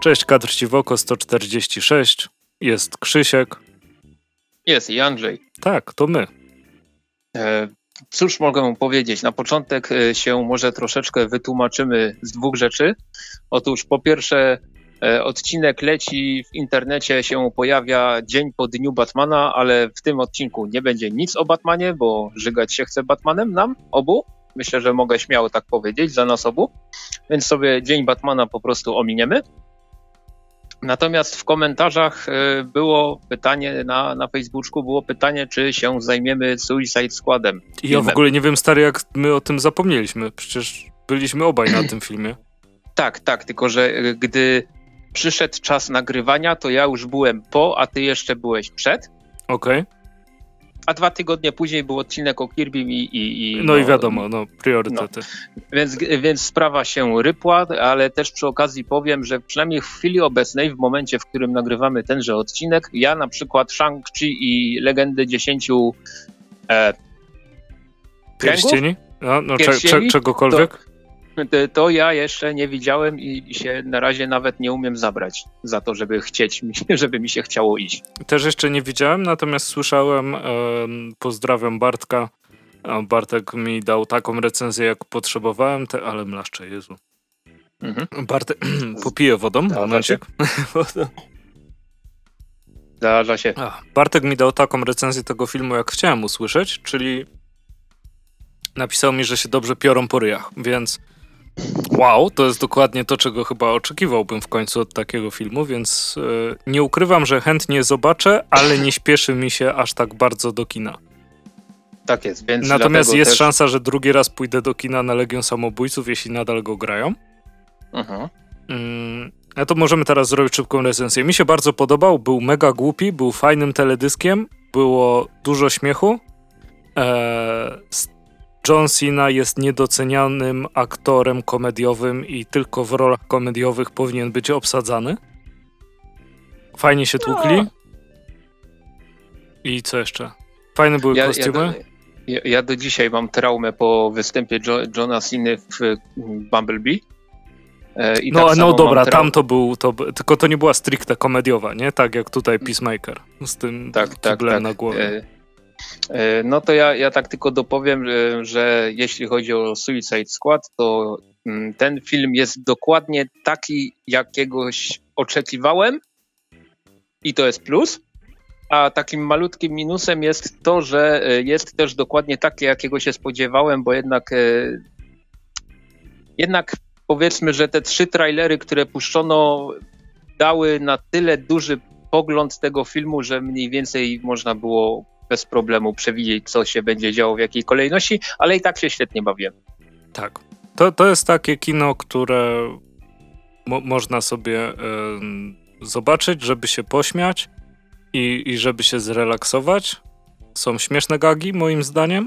Cześć, Kadr Ci w oko 146. Jest Krzysiek. Jest i Andrzej. Tak, to my. Cóż mogę powiedzieć? Na początek się może troszeczkę wytłumaczymy z dwóch rzeczy. Otóż po pierwsze odcinek leci, w internecie się pojawia dzień po dniu Batmana, ale w tym odcinku nie będzie nic o Batmanie, bo żygać się chce Batmanem nam obu. Myślę, że mogę śmiało tak powiedzieć za nas obu. Więc sobie dzień Batmana po prostu ominiemy. Natomiast w komentarzach było pytanie na Facebooku, było pytanie, czy się zajmiemy Suicide Squadem. Ja w ogóle nie wiem, stary, jak my o tym zapomnieliśmy. Przecież byliśmy obaj na tym filmie. Tak, tylko że gdy przyszedł czas nagrywania, to ja już byłem po, a ty jeszcze byłeś przed. Okej. A 2 tygodnie później był odcinek o Kirbym No i wiadomo, priorytety. Więc sprawa się rypła, ale też przy okazji powiem, że przynajmniej w chwili obecnej, w momencie, w którym nagrywamy tenże odcinek, ja na przykład Shang-Chi i Legendy 10 Pierścieni? Pierścieni? Czegokolwiek? To ja jeszcze nie widziałem i się na razie nawet nie umiem zabrać za to, żeby mi się chciało iść. Też jeszcze nie widziałem, natomiast słyszałem, pozdrawiam Bartka. Bartek mi dał taką recenzję, jak potrzebowałem, ale mlaszczę, Jezu. Bartek, popiję wodą, momencik. Zdarza się. Bartek mi dał taką recenzję tego filmu, jak chciałem usłyszeć, czyli napisał mi, że się dobrze piorą po ryjach, więc wow, to jest dokładnie to, czego chyba oczekiwałbym w końcu od takiego filmu, więc nie ukrywam, że chętnie zobaczę, ale nie śpieszy mi się aż tak bardzo do kina. Tak jest, więc natomiast jest szansa, że drugi raz pójdę do kina na Legion Samobójców, jeśli nadal go grają. A to możemy teraz zrobić szybką recenzję. Mi się bardzo podobał, był mega głupi, był fajnym teledyskiem, było dużo śmiechu. John Cena jest niedocenianym aktorem komediowym i tylko w rolach komediowych powinien być obsadzany. Fajnie się tłukli. I co jeszcze? Fajne były kostiumy. Ja do dzisiaj mam traumę po występie Johna Cena w Bumblebee. Dobra, tam tylko to nie była stricte komediowa, nie? Tak jak tutaj Peacemaker z tym kiblem na głowie. No to ja tak tylko dopowiem, że jeśli chodzi o Suicide Squad, to ten film jest dokładnie taki, jakiegoś oczekiwałem i to jest plus, a takim malutkim minusem jest to, że jest też dokładnie takie, jakiego się spodziewałem, bo jednak powiedzmy, że te 3 trailery, które puszczono, dały na tyle duży pogląd tego filmu, że mniej więcej można było bez problemu przewidzieć, co się będzie działo w jakiej kolejności, ale i tak się świetnie bawiłem. Tak. To jest takie kino, które można sobie zobaczyć, żeby się pośmiać i żeby się zrelaksować. Są śmieszne gagi, moim zdaniem.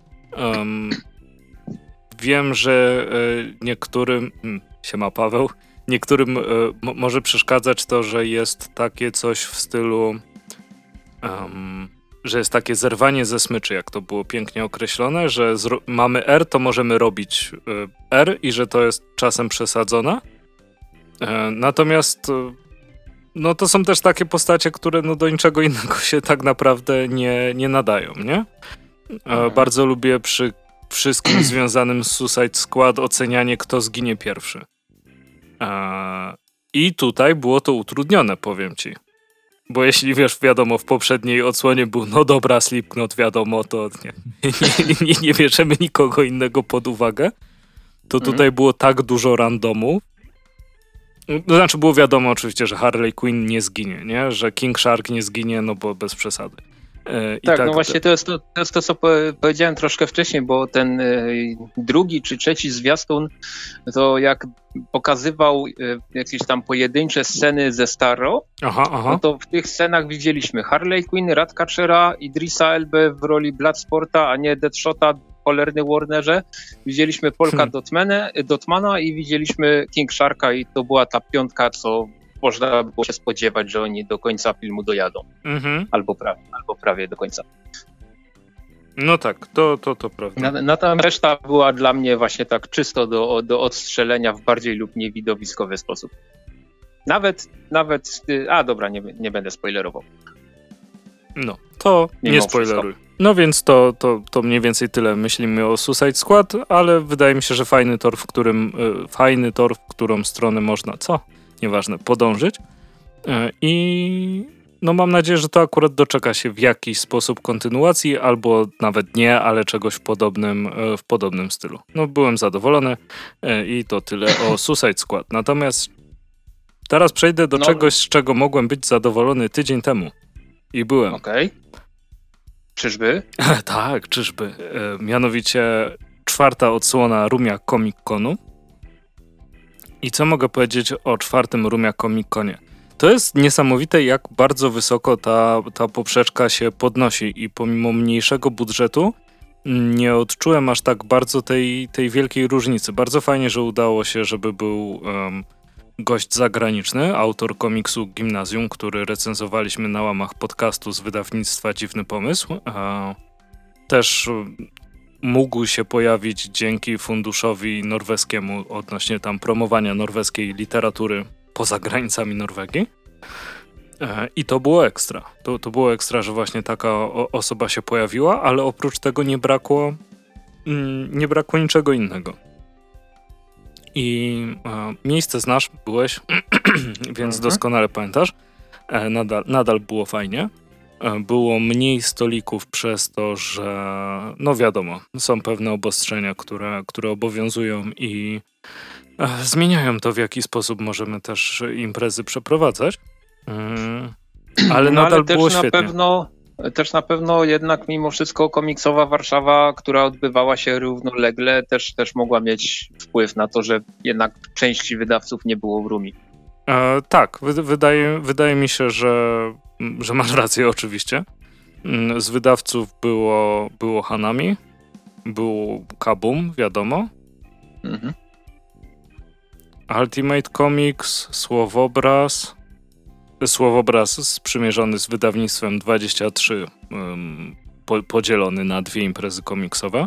Wiem, że niektórym, siema Paweł, niektórym może przeszkadzać to, że jest takie coś w stylu że jest takie zerwanie ze smyczy, jak to było pięknie określone, że mamy R, to możemy robić R i że to jest czasem przesadzone. Natomiast to są też takie postacie, które do niczego innego się tak naprawdę nie nadają, nie? Bardzo lubię przy wszystkim związanym z Suicide Squad ocenianie, kto zginie pierwszy. I tutaj było to utrudnione, powiem ci. Bo jeśli wiadomo, w poprzedniej odsłonie był, Slipknot, wiadomo, to nie bierzemy nikogo innego pod uwagę, to tutaj było tak dużo randomu. To znaczy było wiadomo oczywiście, że Harley Quinn nie zginie, nie? Że King Shark nie zginie, no bo bez przesady. Właśnie to jest to, co powiedziałem troszkę wcześniej, bo ten drugi czy trzeci zwiastun, to jak pokazywał jakieś tam pojedyncze sceny ze Starro, no to w tych scenach widzieliśmy Harley Quinn, Ratcatchera, Idrisa Elbę w roli Bloodsporta, a nie Deadshota, cholerny Warnerze. Widzieliśmy Polka Dotmana i widzieliśmy King Sharka i to była ta piątka, co można było się spodziewać, że oni do końca filmu dojadą. Albo prawie do końca. No tak, to prawda. Natomiast reszta była dla mnie właśnie tak czysto do odstrzelenia w bardziej lub mniej widowiskowy sposób. Dobra, nie będę spoilerował. No, to nie spoileruj. No więc to mniej więcej tyle myślimy o Suicide Squad, ale wydaje mi się, że fajny tor, w którą stronę można, nieważne, podążyć. I no mam nadzieję, że to akurat doczeka się w jakiś sposób kontynuacji, albo nawet nie, ale czegoś w podobnym stylu. No byłem zadowolony i to tyle o Suicide Squad. Natomiast teraz przejdę do czegoś, z czego mogłem być zadowolony tydzień temu. I byłem. Okej. Czyżby? Tak, czyżby. Mianowicie 4. odsłona Rumia Comic Conu. I co mogę powiedzieć o 4. Rumia Comic Conie? To jest niesamowite, jak bardzo wysoko ta poprzeczka się podnosi i pomimo mniejszego budżetu nie odczułem aż tak bardzo tej wielkiej różnicy. Bardzo fajnie, że udało się, żeby był gość zagraniczny, autor komiksu Gimnazjum, który recenzowaliśmy na łamach podcastu z wydawnictwa Dziwny Pomysł. Też mógł się pojawić dzięki funduszowi norweskiemu odnośnie tam promowania norweskiej literatury poza granicami Norwegii. I to było ekstra. To było ekstra, że właśnie taka osoba się pojawiła, ale oprócz tego nie brakło niczego innego. I miejsce znasz, byłeś, więc doskonale pamiętasz. Nadal było fajnie. Było mniej stolików przez to, że no wiadomo, są pewne obostrzenia, które obowiązują i zmieniają to, w jaki sposób możemy też imprezy przeprowadzać. Ale nadal było świetnie. Też na pewno jednak mimo wszystko komiksowa Warszawa, która odbywała się równolegle, też mogła mieć wpływ na to, że jednak części wydawców nie było w Rumi. Tak, wydaje mi się, że masz rację oczywiście. Z wydawców było Hanami, był Kabum, wiadomo. Ultimate Comics, Słowobraz sprzymierzony z wydawnictwem 23, podzielony na 2 imprezy komiksowe.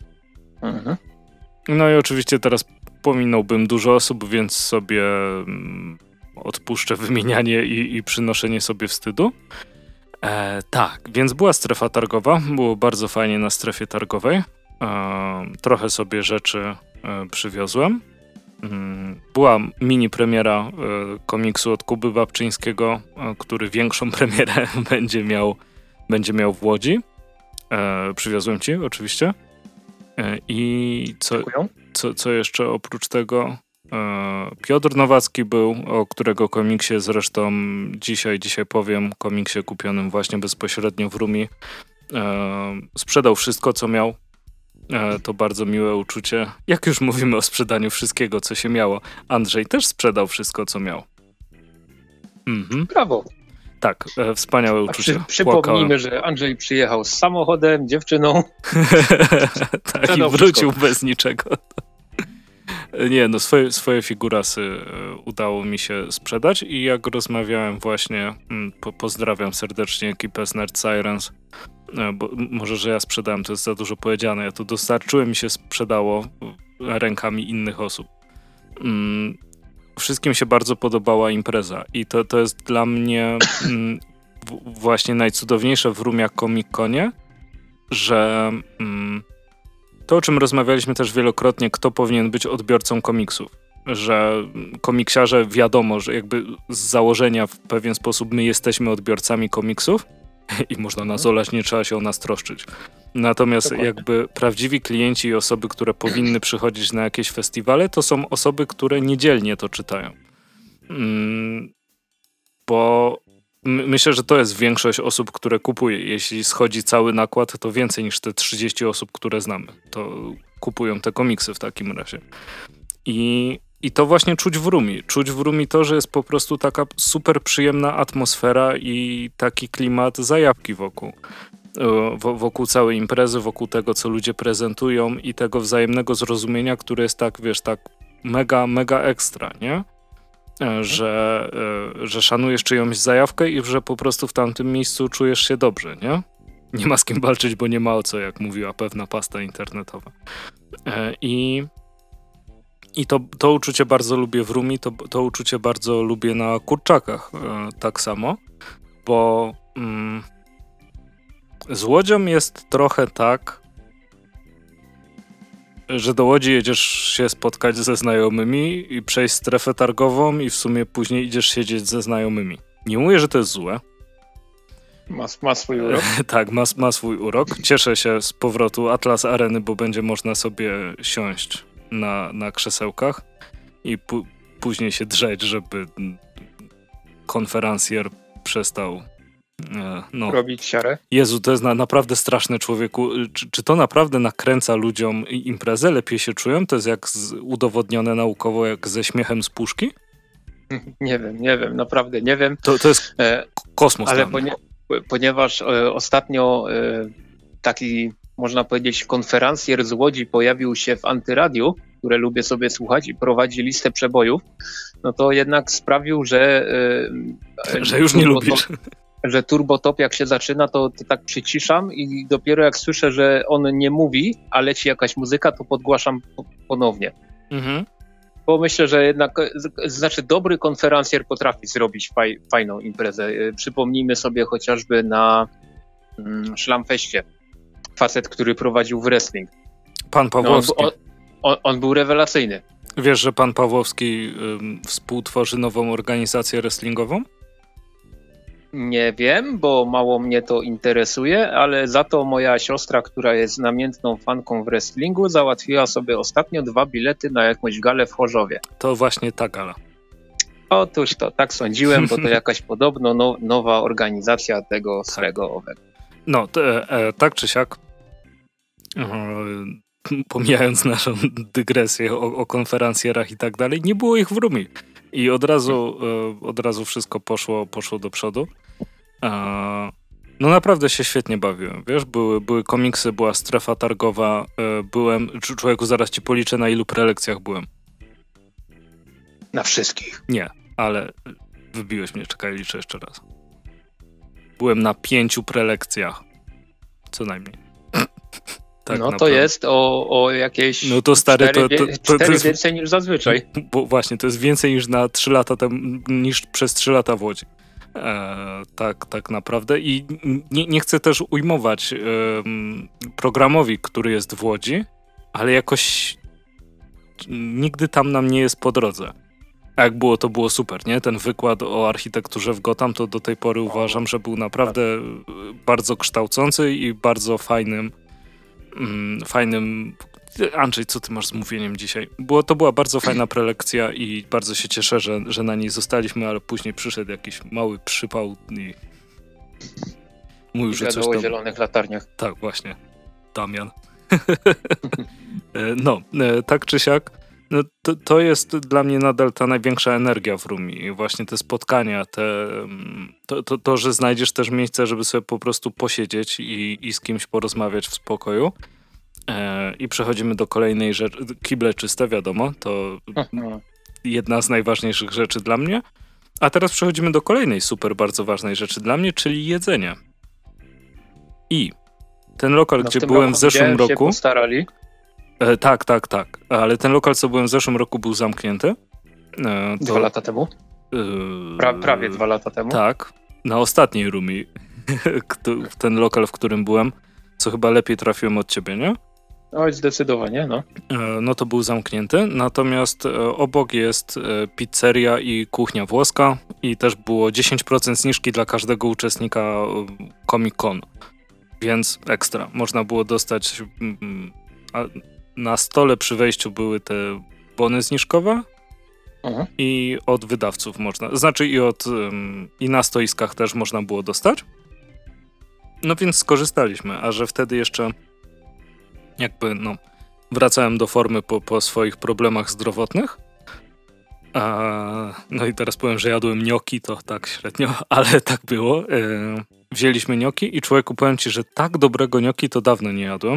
No i oczywiście teraz pominąłbym dużo osób, więc sobie odpuszczę wymienianie i przynoszenie sobie wstydu. Tak, więc była strefa targowa, było bardzo fajnie na strefie targowej. Trochę sobie rzeczy przywiozłem. Była mini premiera komiksu od Kuby Babczyńskiego, który większą premierę będzie miał w Łodzi. Przywiozłem ci oczywiście. I co jeszcze oprócz tego? Piotr Nowacki był, o którego komiksie zresztą dzisiaj powiem, komiksie kupionym właśnie bezpośrednio w Rumi. Sprzedał wszystko, co miał. To bardzo miłe uczucie. Jak już mówimy o sprzedaniu wszystkiego, co się miało, Andrzej też sprzedał wszystko, co miał. Brawo. Tak, wspaniałe uczucie. Przypomnijmy, że Andrzej przyjechał z samochodem, dziewczyną. Tak, i wrócił wszystko bez niczego. Nie, no swoje figurasy udało mi się sprzedać i jak rozmawiałem właśnie, pozdrawiam serdecznie ekipę z Nerd Sirens, bo może, że ja sprzedałem, to jest za dużo powiedziane, ja to dostarczyłem i się sprzedało rękami innych osób. Wszystkim się bardzo podobała impreza i to jest dla mnie właśnie najcudowniejsze w Rumia Comic Conie, że to, o czym rozmawialiśmy też wielokrotnie, kto powinien być odbiorcą komiksów. Że komiksiarze wiadomo, że jakby z założenia w pewien sposób my jesteśmy odbiorcami komiksów i można nas olać, nie trzeba się o nas troszczyć. Natomiast dokładnie, jakby prawdziwi klienci i osoby, które powinny przychodzić na jakieś festiwale, to są osoby, które niedzielnie to czytają. Bo myślę, że to jest większość osób, które kupuje. Jeśli schodzi cały nakład, to więcej niż te 30 osób, które znamy. To kupują te komiksy w takim razie. I to właśnie czuć w Rumi. Czuć w Rumi to, że jest po prostu taka super przyjemna atmosfera i taki klimat zajawki wokół całej imprezy, wokół tego, co ludzie prezentują i tego wzajemnego zrozumienia, które jest tak, wiesz, tak mega, mega ekstra, nie? Że szanujesz czyjąś zajawkę i że po prostu w tamtym miejscu czujesz się dobrze, nie? Nie ma z kim walczyć, bo nie ma o co, jak mówiła pewna pasta internetowa. I to uczucie bardzo lubię w Rumi, to uczucie bardzo lubię na kurczakach tak samo, bo z Łodzią jest trochę tak, że do Łodzi jedziesz się spotkać ze znajomymi i przejść strefę targową i w sumie później idziesz siedzieć ze znajomymi. Nie mówię, że to jest złe. Ma swój urok. Tak, ma swój urok. Cieszę się z powrotu Atlas Areny, bo będzie można sobie siąść na krzesełkach i później się drzeć, żeby konferencjer przestał robić siarę. Jezu, to jest naprawdę straszne, człowieku. Czy to naprawdę nakręca ludziom imprezę? Lepiej się czują? To jest jak udowodnione naukowo, jak ze śmiechem z puszki? Nie wiem, naprawdę nie wiem. To jest kosmos. Ale ponieważ ostatnio taki, można powiedzieć, konferencjer z Łodzi pojawił się w Antyradiu, które lubię sobie słuchać i prowadzi listę przebojów, no to jednak sprawił, że już nie lubisz. Że Turbotop jak się zaczyna, to tak przyciszam i dopiero jak słyszę, że on nie mówi, a leci jakaś muzyka, to podgłaszam ponownie. Mhm. Bo myślę, że jednak, dobry konferencjer potrafi zrobić fajną imprezę. Przypomnijmy sobie chociażby na Szlamfeście facet, który prowadził wrestling. Pan Pawłowski. On był rewelacyjny. Wiesz, że pan Pawłowski współtworzy nową organizację wrestlingową? Nie wiem, bo mało mnie to interesuje, ale za to moja siostra, która jest namiętną fanką wrestlingu, załatwiła sobie ostatnio 2 bilety na jakąś galę w Chorzowie. To właśnie ta gala. Otóż to, tak sądziłem, bo to jakaś podobno nowa organizacja tego starego owego. No, tak czy siak, pomijając naszą dygresję o konferencjerach i tak dalej, nie było ich w Rumi. I od razu wszystko poszło do przodu. No naprawdę się świetnie bawiłem, wiesz, były komiksy, była strefa targowa, człowieku, zaraz ci policzę, na ilu prelekcjach byłem. Na wszystkich? Nie, ale wybiłeś mnie, czekaj, liczę jeszcze raz. Byłem na 5 prelekcjach, co najmniej. Tak, no naprawdę. To jest o jakieś no to stary, 4 więcej niż zazwyczaj. Bo właśnie, to jest więcej niż na 3 lata niż przez 3 lata w Łodzi. Tak naprawdę. I nie chcę też ujmować programowi, który jest w Łodzi, ale jakoś nigdy tam nam nie jest po drodze. A jak było, to było super, nie? Ten wykład o architekturze w Gotham, to do tej pory uważam, że był naprawdę bardzo kształcący i bardzo fajnym. Andrzej, co ty masz z mówieniem dzisiaj? To była bardzo fajna prelekcja i bardzo się cieszę, że na niej zostaliśmy, ale później przyszedł jakiś mały przypał i mówił, że coś tam... o zielonych latarniach. Tak, właśnie. Damian. No, tak czy siak, no to jest dla mnie nadal ta największa energia w Rumi. Właśnie te spotkania, to, że znajdziesz też miejsce, żeby sobie po prostu posiedzieć i z kimś porozmawiać w spokoju. I przechodzimy do kolejnej rzeczy. Kible czyste, wiadomo, to jedna z najważniejszych rzeczy dla mnie. A teraz przechodzimy do kolejnej super bardzo ważnej rzeczy dla mnie, czyli jedzenie. I ten lokal, gdzie byłem w zeszłym roku... się postarali. Tak. Ale ten lokal, co byłem w zeszłym roku, był zamknięty. 2 lata temu? Prawie 2 lata temu? Tak. Na ostatniej Rumi. Ten lokal, w którym byłem, co chyba lepiej trafiłem od ciebie, nie? Oj, zdecydowanie, no. No to był zamknięty, natomiast obok jest pizzeria i kuchnia włoska i też było 10% zniżki dla każdego uczestnika Comic-Con, więc ekstra. Można było dostać, na stole przy wejściu były te bony zniżkowe i od wydawców można, znaczy i na stoiskach też można było dostać. No więc skorzystaliśmy, a że wtedy jeszcze jakby, wracałem do formy po swoich problemach zdrowotnych. No i teraz powiem, że jadłem gnocchi, to tak średnio, ale tak było. Wzięliśmy gnocchi i człowieku, powiem ci, że tak dobrego gnocchi to dawno nie jadłem.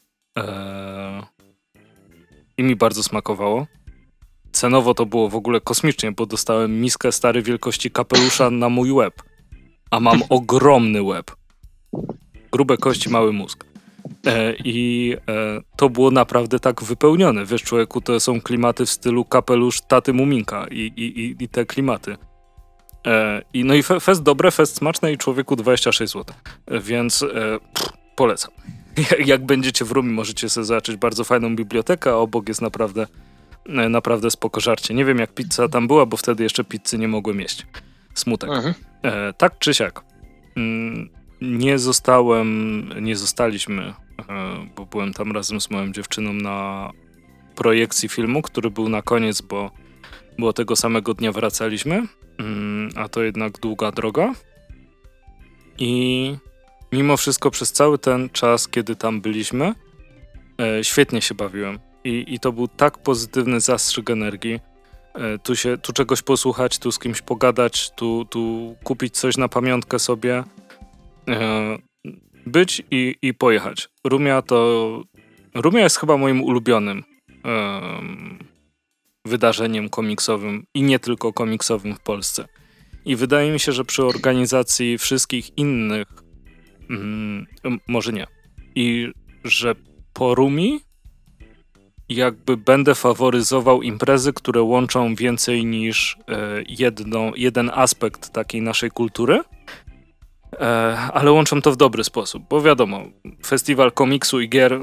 I mi bardzo smakowało. Cenowo to było w ogóle kosmicznie, bo dostałem miskę stary wielkości kapelusza na mój łeb. A mam ogromny łeb. Grube kości, mały mózg. To było naprawdę tak wypełnione. Wiesz, człowieku, to są klimaty w stylu kapelusz taty Muminka i te klimaty. No i fest dobre, fest smaczne i człowieku 26 zł. Więc polecam. Jak będziecie w Rumi, możecie sobie zobaczyć bardzo fajną bibliotekę, a obok jest naprawdę spoko żarcie. Nie wiem, jak pizza tam była, bo wtedy jeszcze pizzy nie mogłem jeść. Smutek. Tak czy siak. Nie zostaliśmy, bo byłem tam razem z moją dziewczyną na projekcji filmu, który był na koniec, bo tego samego dnia wracaliśmy, a to jednak długa droga. I mimo wszystko przez cały ten czas, kiedy tam byliśmy, świetnie się bawiłem. I to był tak pozytywny zastrzyk energii. Tu czegoś posłuchać, tu z kimś pogadać, tu kupić coś na pamiątkę sobie, być i pojechać. Rumia jest chyba moim ulubionym wydarzeniem komiksowym i nie tylko komiksowym w Polsce. I wydaje mi się, że przy organizacji wszystkich innych może nie. I że po Rumi jakby będę faworyzował imprezy, które łączą więcej niż jeden aspekt takiej naszej kultury, ale łączą to w dobry sposób, bo wiadomo, festiwal komiksu i gier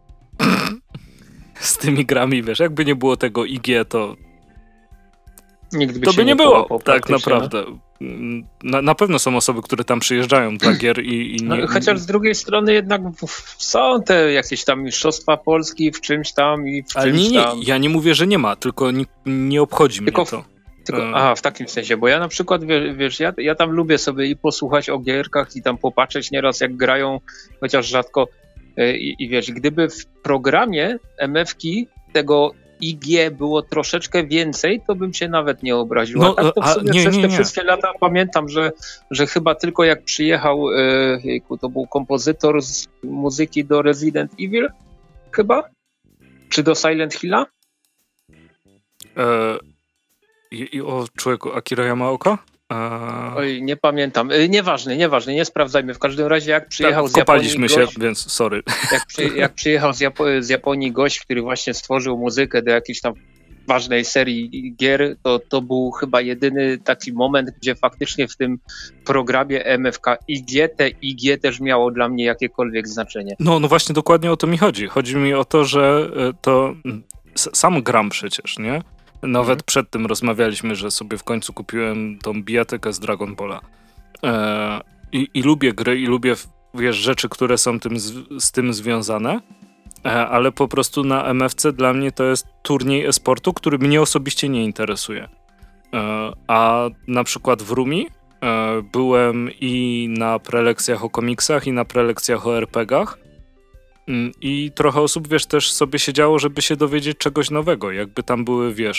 z tymi grami, wiesz, jakby nie było tego IG, to Nigdy by to się by nie było, połapał tak praktycznie, naprawdę. Na pewno są osoby, które tam przyjeżdżają dla gier i nie... No, chociaż z drugiej strony jednak są te jakieś tam mistrzostwa Polski w czymś tam i w Ale czymś nie, tam. ja nie mówię, że nie ma, tylko nie obchodzi mnie to. Aha, w takim sensie, bo ja na przykład, wiesz, ja tam lubię sobie i posłuchać o gierkach i tam popatrzeć nieraz jak grają, chociaż rzadko i wiesz, gdyby w programie MF-ki tego IG było troszeczkę więcej, to bym się nawet nie obraził. No, a tak to w sumie przez te nie. wszystkie lata pamiętam, że chyba tylko jak przyjechał, to był kompozytor z muzyki do Resident Evil, chyba? Czy do Silent Hilla? O człowieku, Akira Yamaoka? Oj, nie pamiętam. Nieważne, nie sprawdzajmy. W każdym razie jak przyjechał z Japonii kopaliśmy się, gość, więc sorry. jak przyjechał z Japonii gość, który właśnie stworzył muzykę do jakiejś tam ważnej serii gier, to był chyba jedyny taki moment, gdzie faktycznie w tym programie MFK IG też miało dla mnie jakiekolwiek znaczenie. No właśnie dokładnie o to mi chodzi. Chodzi mi o to, że to sam gram przecież, nie? Nawet przed tym rozmawialiśmy, że sobie w końcu kupiłem tą bijatykę z Dragon Balla. I lubię gry i lubię, wiesz, rzeczy, które są z tym związane, ale po prostu na MFC dla mnie to jest turniej e-sportu, który mnie osobiście nie interesuje. A na przykład w Rumi byłem i na prelekcjach o komiksach, i na prelekcjach o RPG-ach. I trochę osób, wiesz, też sobie siedziało, żeby się dowiedzieć czegoś nowego. Jakby tam były, wiesz,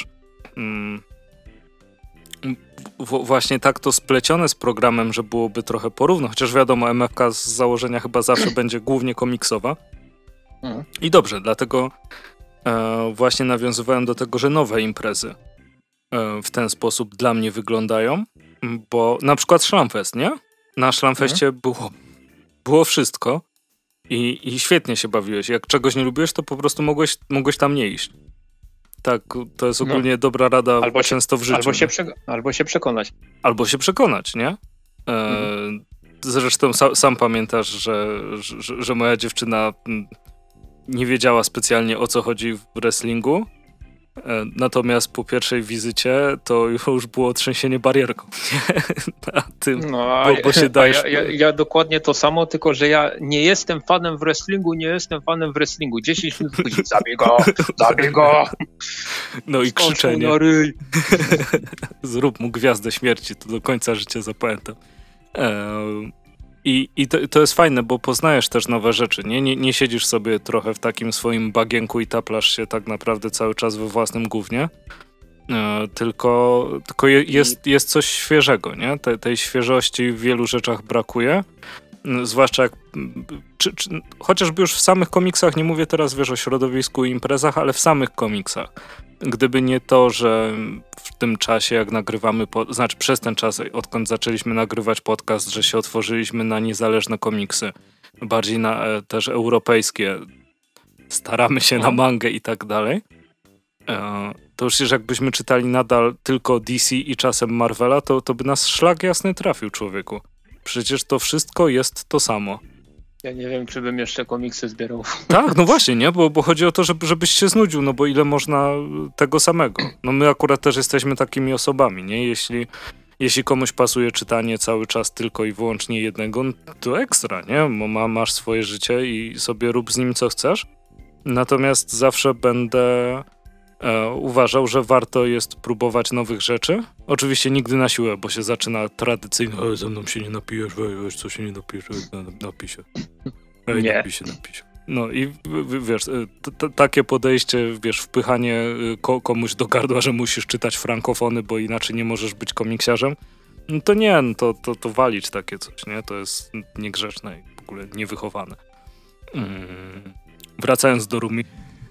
właśnie tak to splecione z programem, że byłoby trochę porówno. Chociaż wiadomo, MFK z założenia chyba zawsze będzie głównie komiksowa. I dobrze, dlatego właśnie nawiązywałem do tego, że nowe imprezy w ten sposób dla mnie wyglądają, bo na przykład Szlamfest, nie? Na Szlamfeście było wszystko. I świetnie się bawiłeś. Jak czegoś nie lubiłeś, to po prostu mogłeś tam nie iść. Tak, to jest ogólnie dobra rada często w życiu. Albo się przekonać. Albo się przekonać, nie? Zresztą sam pamiętasz, że moja dziewczyna nie wiedziała specjalnie, o co chodzi w wrestlingu. Natomiast po pierwszej wizycie to już było trzęsienie barierką. Na tym, bo się dajesz... ja dokładnie to samo, tylko że ja nie jestem fanem wrestlingu. 10 minut później zabij go. No i krzyczenie. Zrób mu gwiazdę śmierci, to do końca życia zapamiętam. I to jest fajne, bo poznajesz też nowe rzeczy, nie siedzisz sobie trochę w takim swoim bagienku i taplasz się tak naprawdę cały czas we własnym gównie, tylko jest coś świeżego, nie? Tej świeżości w wielu rzeczach brakuje, zwłaszcza jak chociażby już w samych komiksach, nie mówię teraz, wiesz, o środowisku i imprezach, ale w samych komiksach. Gdyby nie to, że w tym czasie, jak nagrywamy, przez ten czas, odkąd zaczęliśmy nagrywać podcast, że się otworzyliśmy na niezależne komiksy, bardziej też europejskie, staramy się na mangę i tak dalej, to już jakbyśmy czytali nadal tylko DC i czasem Marvela, to by nas szlak jasny trafił, człowieku. Przecież to wszystko jest to samo. Ja nie wiem, czy bym jeszcze komiksy zbierał. Tak, no właśnie, nie? Bo chodzi o to, żebyś się znudził, no bo ile można tego samego. No my akurat też jesteśmy takimi osobami, nie? Jeśli komuś pasuje czytanie cały czas tylko i wyłącznie jednego, no to ekstra, nie? Bo masz swoje życie i sobie rób z nim co chcesz. Natomiast zawsze będę uważał, że warto jest próbować nowych rzeczy. Oczywiście nigdy na siłę, bo się zaczyna tradycyjnie ze mną się nie napijesz, weź co się nie napijesz, napij się. Napij się. No i wiesz, takie podejście, wiesz, wpychanie komuś do gardła, że musisz czytać frankofony, bo inaczej nie możesz być komiksiarzem, no to nie, no to walić takie coś, nie? To jest niegrzeczne i w ogóle niewychowane. Wracając do Rumi.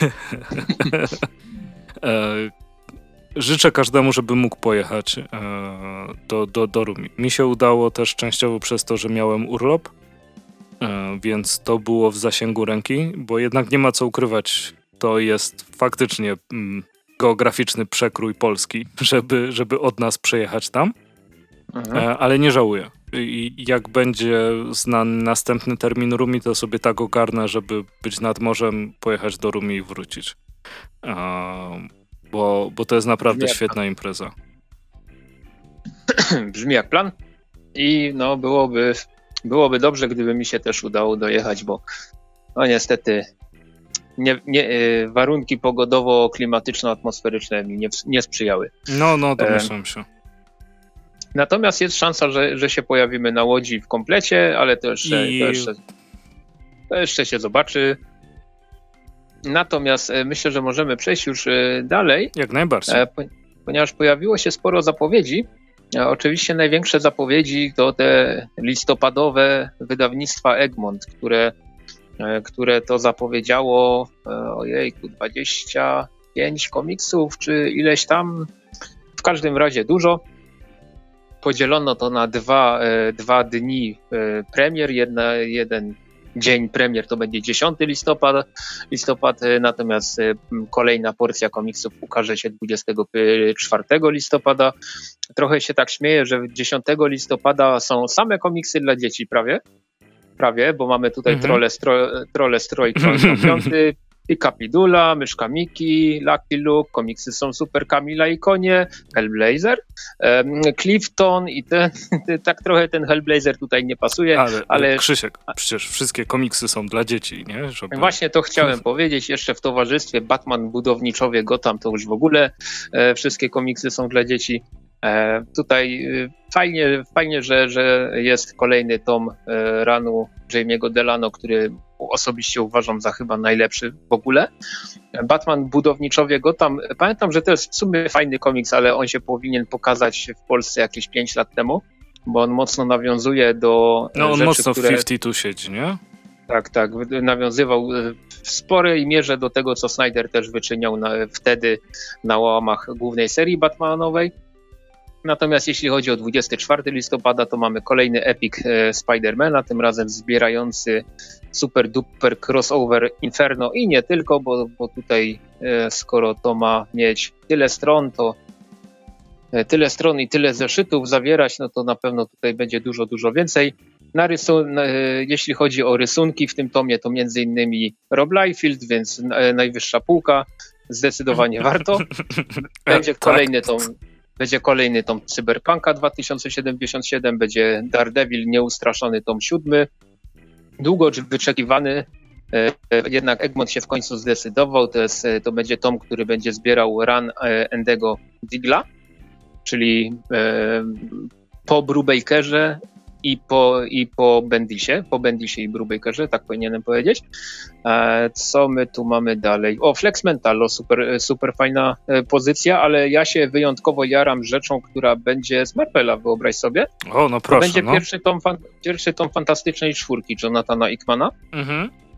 Życzę każdemu, żeby mógł pojechać do Rumi. Mi się udało też częściowo przez to, że miałem urlop, więc to było w zasięgu ręki, bo jednak nie ma co ukrywać, to jest faktycznie geograficzny przekrój Polski, żeby od nas przejechać tam, ale nie żałuję. I jak będzie znany następny termin Rumi, to sobie tak ogarnę, żeby być nad morzem, pojechać do Rumi i wrócić. Bo to jest naprawdę świetna impreza. Brzmi jak plan i no byłoby dobrze, gdyby mi się też udało dojechać, bo no niestety warunki pogodowo-klimatyczno-atmosferyczne mi nie sprzyjały. No, domyślam się. Natomiast jest szansa, że się pojawimy na Łodzi w komplecie, ale to jeszcze się zobaczy. Natomiast myślę, że możemy przejść już dalej. Jak najbardziej. Ponieważ pojawiło się sporo zapowiedzi. Oczywiście największe zapowiedzi to te listopadowe wydawnictwa Egmont, które to zapowiedziało 25 komiksów, czy ileś tam. W każdym razie dużo. Podzielono to na dwa dni premier. Jeden dzień premier to będzie 10 listopad, natomiast kolejna porcja komiksów ukaże się 24 listopada. Trochę się tak śmieję, że 10 listopada są same komiksy dla dzieci prawie, bo mamy tutaj Trolle Stroj Piąty, i Kapidula, Myszka Miki, Lucky Luke, komiksy są Super Kamila i Konie, Hellblazer, Clifton i tak trochę ten Hellblazer tutaj nie pasuje. Ale Krzysiek, przecież wszystkie komiksy są dla dzieci, nie? Właśnie to chciałem powiedzieć, jeszcze w towarzystwie Batman Budowniczowie Gotham to już w ogóle wszystkie komiksy są dla dzieci. Tutaj fajnie, że jest kolejny tom runu Jamie'ego Delano, który osobiście uważam za chyba najlepszy w ogóle. Batman Budowniczowie Gotham. Pamiętam, że to jest w sumie fajny komiks, ale on się powinien pokazać w Polsce jakieś 5 lat temu, bo on mocno nawiązuje do on rzeczy, mocno w które... 52 siedzi, nie? Tak, nawiązywał w sporej mierze do tego, co Snyder też wyczyniał wtedy na łamach głównej serii Batmanowej. Natomiast jeśli chodzi o 24 listopada, to mamy kolejny epic Spidermana, tym razem zbierający super duper crossover Inferno i nie tylko, bo tutaj skoro to ma mieć tyle stron i tyle zeszytów zawierać, no to na pewno tutaj będzie dużo więcej. Jeśli chodzi o rysunki w tym tomie, to między innymi Rob Liefeld, więc najwyższa półka, zdecydowanie warto. Będzie kolejny tom Cyberpunka 2077, będzie Daredevil Nieustraszony tom 7. Długo wyczekiwany, jednak Egmont się w końcu zdecydował. To będzie tom, który będzie zbierał run Endego Digla, czyli po Brubakerze i po Bendisie i Brubakerze, tak powinienem powiedzieć. Co my tu mamy dalej? Flex Mentallo, super fajna pozycja, ale ja się wyjątkowo jaram rzeczą, która będzie z Marvela, wyobraź sobie. No proszę. To będzie pierwszy tom Fantastycznej Czwórki Jonathana Hickmana.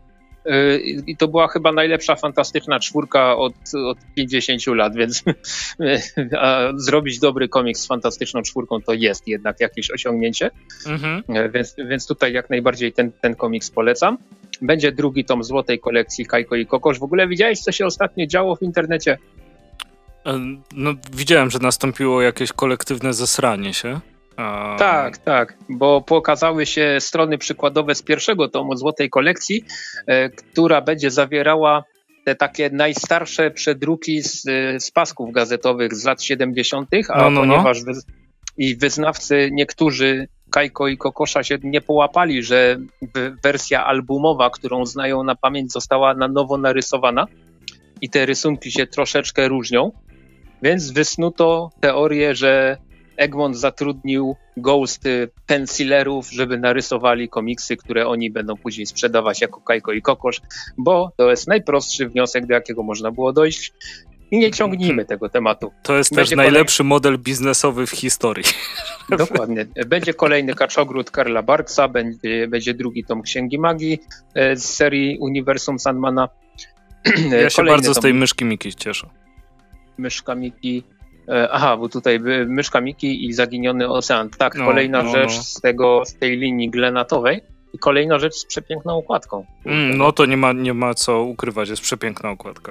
I to była chyba najlepsza Fantastyczna Czwórka od 50 lat, więc zrobić dobry komiks z Fantastyczną Czwórką to jest jednak jakieś osiągnięcie, więc tutaj jak najbardziej ten komiks polecam. Będzie drugi tom złotej kolekcji Kajko i Kokosz. W ogóle widziałeś, co się ostatnio działo w internecie? No, widziałem, że nastąpiło jakieś kolektywne zesranie się. Tak, bo pokazały się strony przykładowe z pierwszego tomu złotej kolekcji, która będzie zawierała te takie najstarsze przedruki z pasków gazetowych z lat 70., ponieważ wyznawcy niektórzy Kajko i Kokosza się nie połapali, że wersja albumowa, którą znają na pamięć, została na nowo narysowana i te rysunki się troszeczkę różnią, więc wysnuto teorię, że Egmont zatrudnił Ghost pencilerów, żeby narysowali komiksy, które oni będą później sprzedawać jako Kajko i Kokosz, bo to jest najprostszy wniosek, do jakiego można było dojść. I nie ciągnijmy tego tematu. To jest też najlepszy model biznesowy w historii. Dokładnie. Będzie kolejny kaczogród Karla Barksa, będzie drugi tom Księgi Magii z serii Uniwersum Sandmana. Ja się bardzo z tej myszki Miki cieszę. Myszka Miki. Bo tutaj Myszka Miki i Zaginiony Ocean. Tak, kolejna rzecz z tej linii glenatowej. I kolejna rzecz z przepiękną okładką. No to nie ma co ukrywać, jest przepiękna okładka.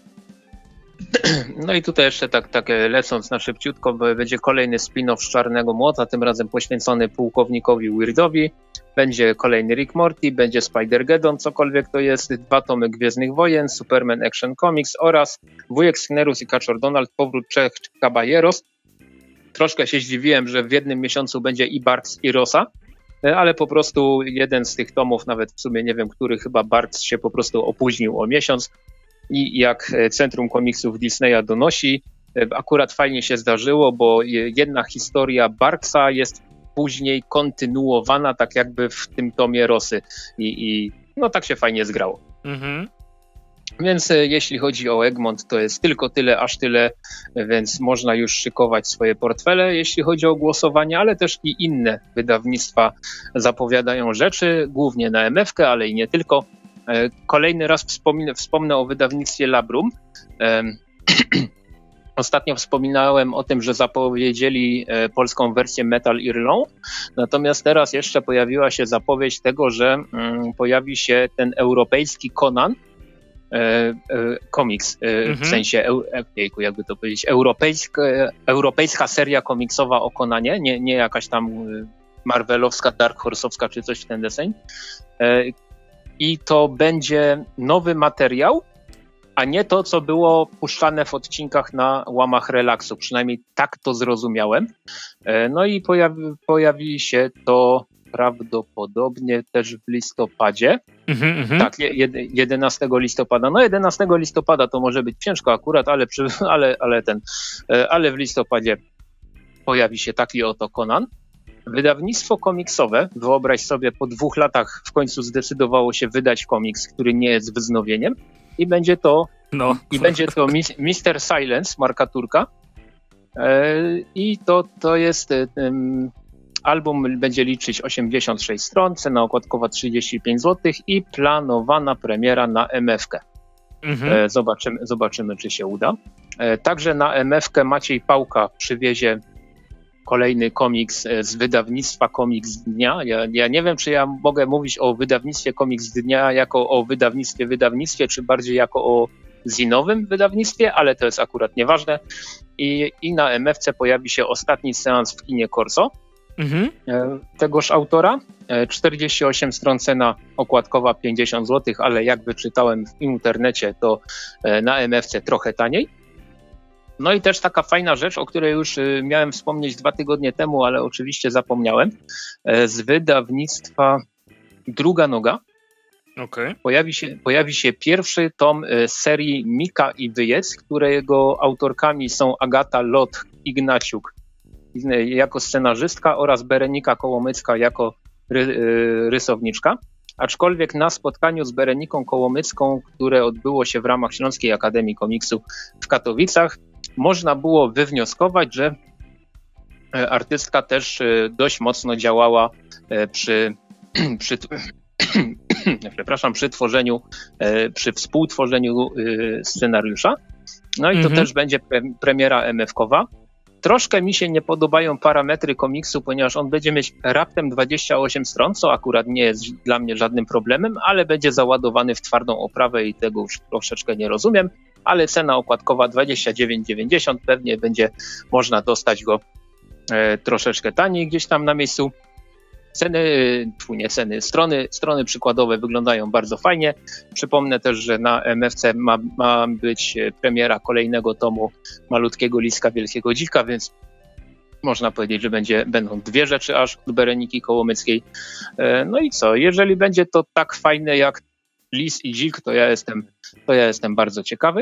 No i tutaj jeszcze tak lecąc na szybciutko, będzie kolejny spin-off z Czarnego Młota, tym razem poświęcony pułkownikowi Weirdowi. Będzie kolejny Rick Morty, będzie Spider-Geddon, cokolwiek to jest, 2 tomy Gwiezdnych Wojen, Superman Action Comics oraz Wujek Sknerus i Kaczor Donald, powrót trzech Caballeros. Troszkę się zdziwiłem, że w jednym miesiącu będzie i Barks i Rosa, ale po prostu jeden z tych tomów, nawet w sumie nie wiem, który, chyba Barks się po prostu opóźnił o miesiąc. I jak Centrum Komiksów Disneya donosi, akurat fajnie się zdarzyło, bo jedna historia Barksa jest później kontynuowana tak jakby w tym tomie Rosy i no tak się fajnie zgrało. Więc jeśli chodzi o Egmont, to jest tylko tyle, aż tyle, więc można już szykować swoje portfele, jeśli chodzi o głosowanie, ale też i inne wydawnictwa zapowiadają rzeczy, głównie na MF-kę, ale i nie tylko. Kolejny raz wspomnę o wydawnictwie Labrum. Ostatnio wspominałem o tym, że zapowiedzieli polską wersję Metal Irlą, natomiast teraz jeszcze pojawiła się zapowiedź tego, że pojawi się ten europejski Conan, komiks, w sensie, jakby to powiedzieć, europejska seria komiksowa o Conanie, nie jakaś tam marvelowska, dark horse'owska czy coś w ten deseń. I to będzie nowy materiał, a nie to, co było puszczane w odcinkach na łamach relaksu. Przynajmniej tak to zrozumiałem. No i pojawi się to prawdopodobnie też w listopadzie. Tak, 11 listopada. No 11 listopada to może być ciężko akurat, ale w listopadzie pojawi się taki oto Conan. Wydawnictwo komiksowe, wyobraź sobie, po 2 latach w końcu zdecydowało się wydać komiks, który nie jest wznowieniem i będzie to Mr. Silence Marka Turka i to jest album, będzie liczyć 86 stron, cena okładkowa 35 zł i planowana premiera na MF-kę. Zobaczymy, czy się uda. Także na MF-kę Maciej Pałka przywiezie kolejny komiks z wydawnictwa Komiks Dnia. Ja nie wiem, czy ja mogę mówić o wydawnictwie Komiks Dnia jako o wydawnictwie, czy bardziej jako o zinowym wydawnictwie, ale to jest akurat nieważne. I na MF-ce pojawi się ostatni seans w kinie Corso tegoż autora. 48 stron, cena okładkowa 50 zł, ale jak wyczytałem w internecie, to na MF-ce trochę taniej. No i też taka fajna rzecz, o której już miałem wspomnieć 2 tygodnie temu, ale oczywiście zapomniałem. Z wydawnictwa Druga Noga pojawi się pierwszy tom serii Mika i Wyjec, którego autorkami są Agata Lot-Ignaciuk jako scenarzystka oraz Berenika Kołomycka jako rysowniczka. Aczkolwiek na spotkaniu z Bereniką Kołomycką, które odbyło się w ramach Śląskiej Akademii Komiksu w Katowicach, można było wywnioskować, że przepraszam, przy współtworzeniu scenariusza. No i to też będzie premiera MF-kowa. Troszkę mi się nie podobają parametry komiksu, ponieważ on będzie mieć raptem 28 stron, co akurat nie jest dla mnie żadnym problemem, ale będzie załadowany w twardą oprawę i tego już troszeczkę nie rozumiem, ale cena okładkowa 29,90, pewnie będzie można dostać go troszeczkę taniej gdzieś tam na miejscu. Strony przykładowe wyglądają bardzo fajnie. Przypomnę też, że na MFC ma być premiera kolejnego tomu Malutkiego Liska Wielkiego Dziwka, więc można powiedzieć, że będą dwie rzeczy aż od Bereniki Kołomyckiej. No i co? Jeżeli będzie to tak fajne jak Lis i Dzik, to ja jestem bardzo ciekawy.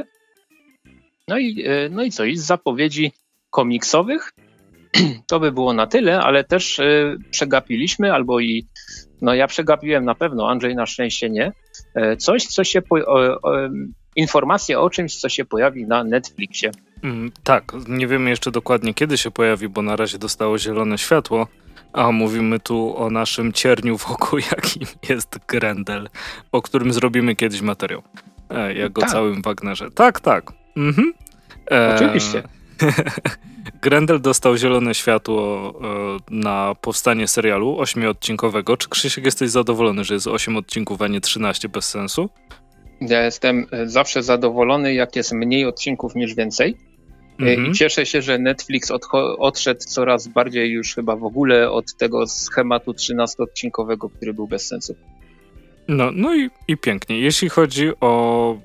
No i co? I z zapowiedzi komiksowych to by było na tyle, ale też przegapiliśmy, ja przegapiłem na pewno, Andrzej na szczęście nie, informacje o czymś, co się pojawi na Netflixie. Tak, nie wiemy jeszcze dokładnie kiedy się pojawi, bo na razie dostało zielone światło, a mówimy tu o naszym cierniu wokół, jakim jest Grendel, o którym zrobimy kiedyś materiał, jak o całym Wagnerze. Tak. Oczywiście. Grendel dostał zielone światło na powstanie serialu 8-odcinkowego. Czy Krzysiek jesteś zadowolony, że jest 8 odcinków, a nie 13 bez sensu? Ja jestem zawsze zadowolony, jak jest mniej odcinków niż więcej. I cieszę się, że Netflix odszedł coraz bardziej już chyba w ogóle od tego schematu 13-odcinkowego, który był bez sensu. No i pięknie. Jeśli chodzi o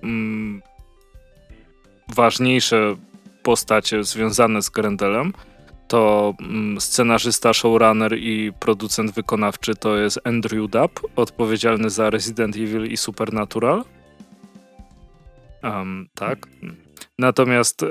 ważniejsze postacie związane z Grendelem, to scenarzysta, showrunner i producent wykonawczy to jest Andrew Dabb, odpowiedzialny za Resident Evil i Supernatural. Tak. Natomiast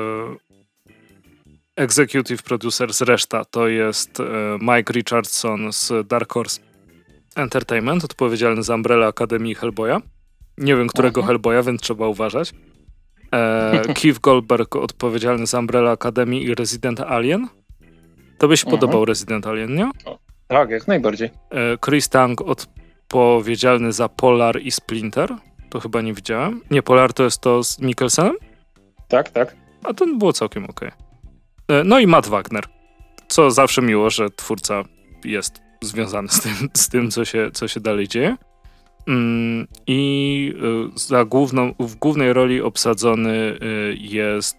executive producers, reszta, to jest Mike Richardson z Dark Horse Entertainment, odpowiedzialny za Umbrella Academy i Hellboya. Nie wiem, którego Hellboya, więc trzeba uważać. Keith Goldberg, odpowiedzialny za Umbrella Academy i Resident Alien. To by się podobał Resident Alien, nie? Tak, jak najbardziej. Chris Tang, odpowiedzialny za Polar i Splinter. To chyba nie widziałem. Nie, Polar to jest to z Mikkelsenem? Tak. A to było całkiem okej. No i Matt Wagner. Co zawsze miło, że twórca jest związany z tym co się dalej dzieje. I w głównej roli obsadzony jest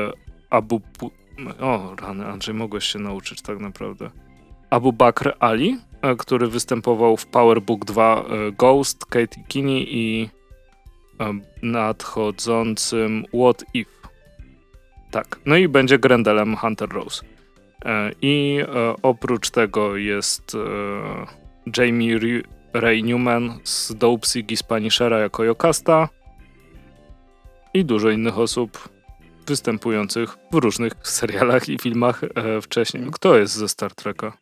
Andrzej, mogłeś się nauczyć tak naprawdę. Abu Bakr Ali, który występował w Power Book 2 Ghost, Katie Kinney i nadchodzącym What If. Tak, no i będzie Grendelem Hunter Rose. I oprócz tego jest Jamie Ray Newman z Dope Sick i Spanishera jako Jocasta i dużo innych osób występujących w różnych serialach i filmach wcześniej. Kto jest ze Star Treka?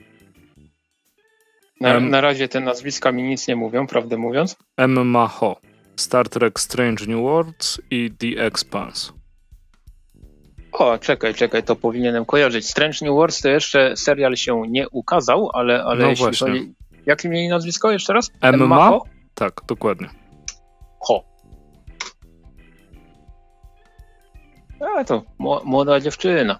Na razie te nazwiska mi nic nie mówią, prawdę mówiąc. Emma Ho, Star Trek Strange New Worlds i The Expanse. O, czekaj, to powinienem kojarzyć. Strange New Worlds to jeszcze serial się nie ukazał, ale no jeśli właśnie. chodzi... Jakie mieli nazwisko jeszcze raz? Emma Ho? Tak, dokładnie. Ho. A to młoda dziewczyna.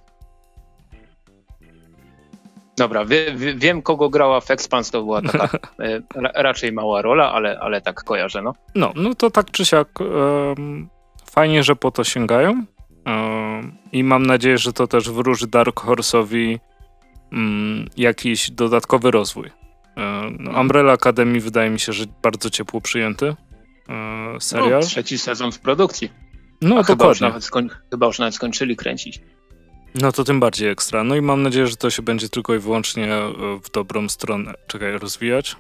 Dobra, wiem kogo grała w Expanse, to była taka raczej mała rola, ale tak kojarzę, no. No to tak czy siak fajnie, że po to sięgają i mam nadzieję, że to też wróży Dark Horse'owi jakiś dodatkowy rozwój. Umbrella Academy wydaje mi się, że bardzo ciepło przyjęty serial. 3. sezon w produkcji. No dokładnie. Chyba już nawet skończyli kręcić. No to tym bardziej ekstra. No i mam nadzieję, że to się będzie tylko i wyłącznie w dobrą stronę. Rozwijać.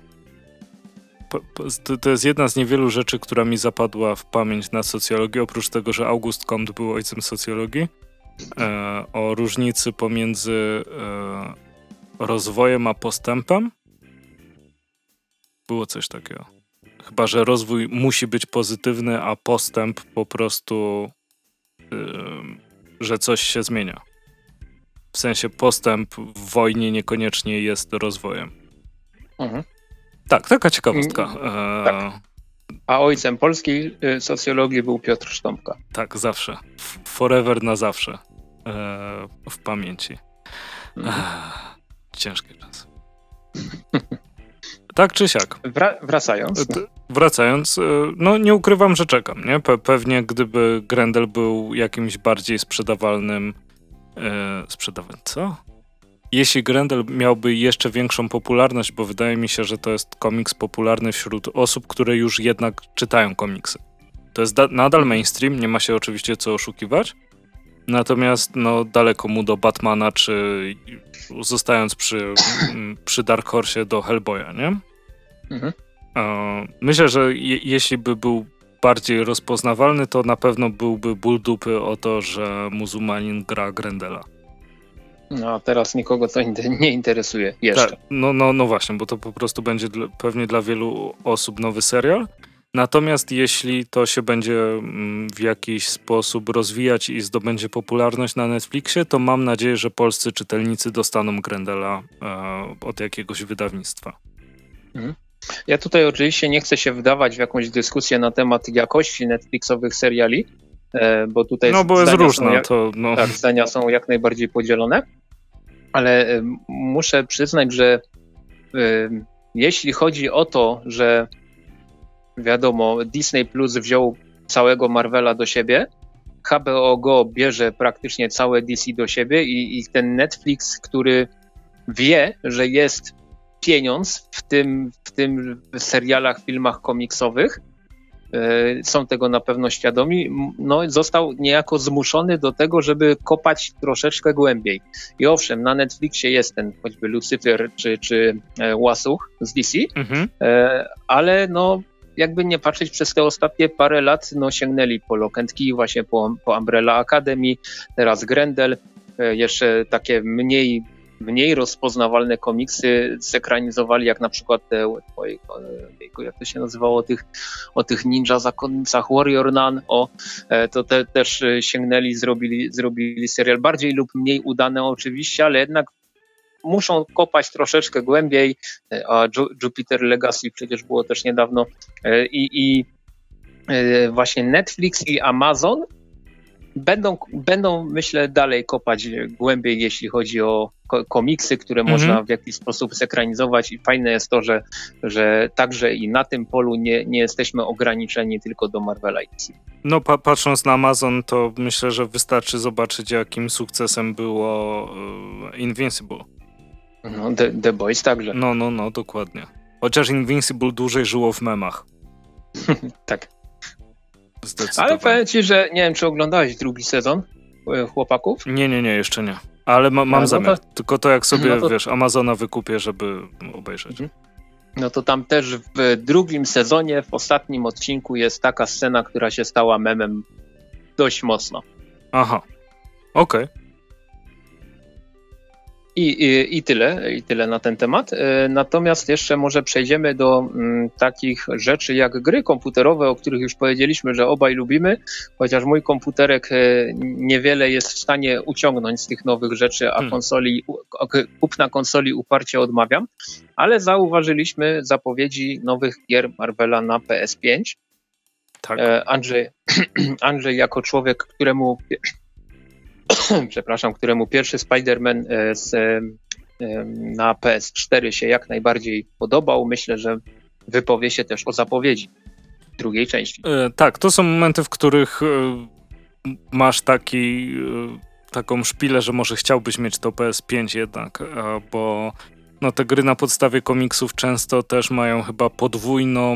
To jest jedna z niewielu rzeczy, która mi zapadła w pamięć na socjologii, oprócz tego, że August Comte był ojcem socjologii. O różnicy pomiędzy rozwojem a postępem. Było coś takiego. Chyba że rozwój musi być pozytywny, a postęp po prostu, że coś się zmienia. W sensie postęp w wojnie niekoniecznie jest rozwojem. Tak, taka ciekawostka. Tak. A ojcem polskiej socjologii był Piotr Sztompka. Tak, zawsze. Forever na zawsze. W pamięci. Ciężkie czasy. Tak czy siak. Wracając, no nie ukrywam, że czekam, nie? Pewnie gdyby Grendel był jakimś bardziej sprzedawalnym... Co? Jeśli Grendel miałby jeszcze większą popularność, bo wydaje mi się, że to jest komiks popularny wśród osób, które już jednak czytają komiksy. To jest nadal mainstream, nie ma się oczywiście co oszukiwać, natomiast no daleko mu do Batmana, czy zostając przy Dark Horse do Hellboya, nie? Mhm. Myślę, że jeśli by był bardziej rozpoznawalny, to na pewno byłby ból dupy o to, że muzułmanin gra Grendela. No a teraz nikogo to nie interesuje jeszcze. Tak, no właśnie, bo to po prostu będzie pewnie dla wielu osób nowy serial. Natomiast jeśli to się będzie w jakiś sposób rozwijać i zdobędzie popularność na Netflixie, to mam nadzieję, że polscy czytelnicy dostaną Grendela od jakiegoś wydawnictwa. Mhm. Ja tutaj oczywiście nie chcę się wdawać w jakąś dyskusję na temat jakości Netflixowych seriali, bo tutaj bo jest różna. Tak, zdania są jak najbardziej podzielone, ale muszę przyznać, że jeśli chodzi o to, że wiadomo, Disney Plus wziął całego Marvela do siebie, HBO Go bierze praktycznie całe DC do siebie i ten Netflix, który wie, że jest pieniądz w tym serialach, filmach komiksowych, są tego na pewno świadomi, no został niejako zmuszony do tego, żeby kopać troszeczkę głębiej. I owszem, na Netflixie jest ten choćby Lucifer czy Łasuch z DC, ale no jakby nie patrzeć, przez te ostatnie parę lat no sięgnęli po Lock and Key, właśnie po Umbrella Academy, teraz Grendel, jeszcze takie mniej rozpoznawalne komiksy zekranizowali, jak na przykład jak to się nazywało, o tych ninja zakonnicach Warrior Nun, to też sięgnęli, zrobili serial bardziej lub mniej udane oczywiście, ale jednak muszą kopać troszeczkę głębiej, a Jupiter Legacy przecież było też niedawno i właśnie Netflix i Amazon będą, myślę, dalej kopać głębiej, jeśli chodzi o komiksy, które można w jakiś sposób zekranizować i fajne jest to, że także i na tym polu nie jesteśmy ograniczeni tylko do Marvela i DC. No patrząc na Amazon, to myślę, że wystarczy zobaczyć, jakim sukcesem było Invincible. No, The Boys także. No, dokładnie. Chociaż Invincible dłużej żyło w memach. Tak. Ale powiem ci, że nie wiem, czy oglądałeś drugi sezon Chłopaków? Nie, jeszcze nie. Ale mam zamiar. Tylko to jak sobie, wiesz, Amazona wykupię, żeby obejrzeć. No to tam też w drugim sezonie, w ostatnim odcinku jest taka scena, która się stała memem dość mocno. Aha. Okej. I tyle na ten temat. Natomiast jeszcze może przejdziemy do takich rzeczy jak gry komputerowe, o których już powiedzieliśmy, że obaj lubimy, chociaż mój komputerek niewiele jest w stanie uciągnąć z tych nowych rzeczy, a kupna konsoli uparcie odmawiam, ale zauważyliśmy zapowiedzi nowych gier Marvela na PS5. Tak. Andrzej jako człowiek, któremu pierwszy Spider-Man na PS4 się jak najbardziej podobał. Myślę, że wypowie się też o zapowiedzi drugiej części. Tak, to są momenty, w których masz taką szpilę, że może chciałbyś mieć to PS5 jednak, bo no, te gry na podstawie komiksów często też mają chyba podwójną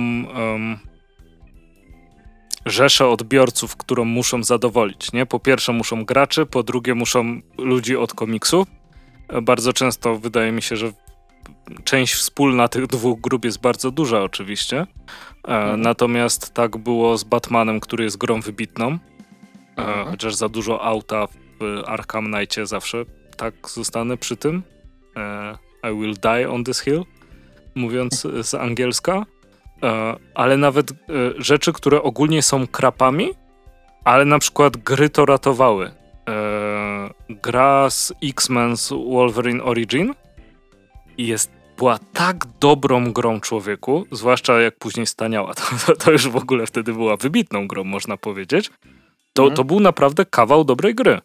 rzeszę odbiorców, którą muszą zadowolić, nie? Po pierwsze muszą graczy, po drugie muszą ludzi od komiksów. Bardzo często wydaje mi się, że część wspólna tych dwóch grup jest bardzo duża oczywiście. Natomiast tak było z Batmanem, który jest grą wybitną. Chociaż za dużo auta w Arkham Knightie zawsze tak zostanę przy tym. I will die on this hill, mówiąc z angielska. Ale nawet rzeczy, które ogólnie są krapami, ale na przykład gry to ratowały. Gra z X-Men z Wolverine Origin jest była tak dobrą grą, człowieku, zwłaszcza jak później staniała. To już w ogóle wtedy była wybitną grą, można powiedzieć. To był naprawdę kawał dobrej gry.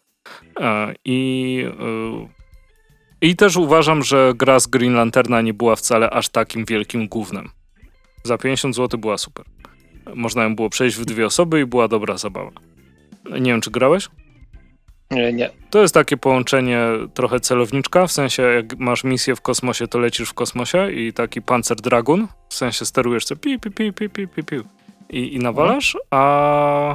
I też uważam, że gra z Green Lanterna nie była wcale aż takim wielkim gównem. Za 50 zł była super. Można ją było przejść w 2 osoby i była dobra zabawa. Nie wiem, czy grałeś? Nie. To jest takie połączenie trochę celowniczka, w sensie jak masz misję w kosmosie, to lecisz w kosmosie i taki Panzer Dragoon, w sensie sterujesz sobie piu i nawalasz, a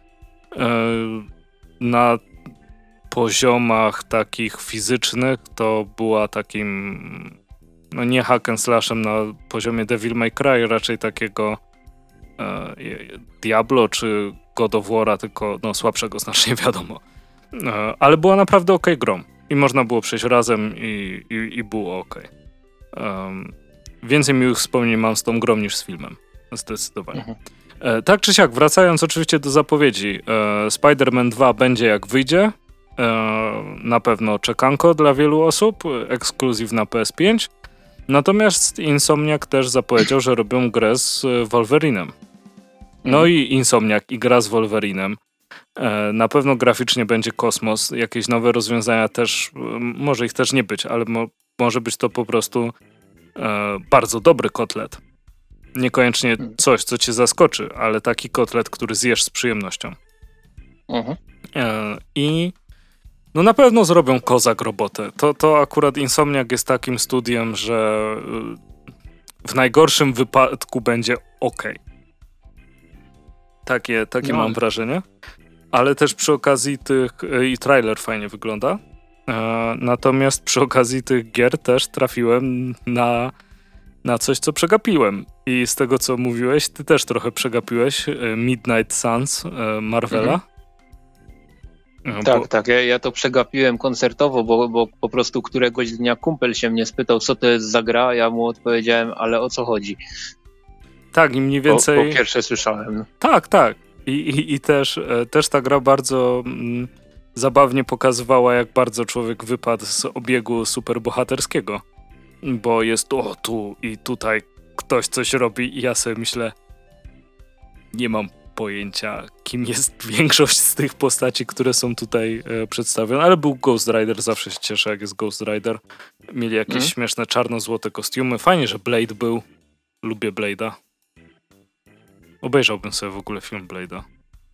na poziomach takich fizycznych to była takim, no nie hack and slashem na poziomie Devil May Cry, raczej takiego Diablo czy God of War'a, tylko no słabszego znacznie, wiadomo. Ale była naprawdę okej grą i można było przejść razem i było okej. Więcej miłych wspomnień mam z tą grą niż z filmem. Zdecydowanie. Tak czy siak, wracając oczywiście do zapowiedzi, Spider-Man 2 będzie jak wyjdzie. Na pewno czekanko dla wielu osób, ekskluzyw na PS5. Natomiast Insomniac też zapowiedział, że robią grę z Wolverinem. No i Insomniac i gra z Wolverinem. Na pewno graficznie będzie kosmos. Jakieś nowe rozwiązania też, może ich też nie być, ale może być to po prostu bardzo dobry kotlet. Niekoniecznie coś, co cię zaskoczy, ale taki kotlet, który zjesz z przyjemnością. I no na pewno zrobią kozak robotę. To akurat Insomniac jest takim studiem, że w najgorszym wypadku będzie okej. Takie mam wrażenie. Ale też przy okazji i trailer fajnie wygląda. Natomiast przy okazji tych gier też trafiłem na coś, co przegapiłem. I z tego, co mówiłeś, ty też trochę przegapiłeś Midnight Suns Marvela. Tak, ja to przegapiłem koncertowo, bo po prostu któregoś dnia kumpel się mnie spytał, co to jest za gra, ja mu odpowiedziałem, ale o co chodzi. Tak, i mniej więcej... Po pierwsze słyszałem. Tak. I też ta gra bardzo zabawnie pokazywała, jak bardzo człowiek wypadł z obiegu superbohaterskiego. Bo jest tu i tutaj ktoś coś robi i ja sobie myślę, nie mam pojęcia, kim jest większość z tych postaci, które są tutaj przedstawione, ale był Ghost Rider, zawsze się cieszę, jak jest Ghost Rider. Mieli jakieś śmieszne czarno-złote kostiumy. Fajnie, że Blade był. Lubię Blade'a. Obejrzałbym sobie w ogóle film Blade'a.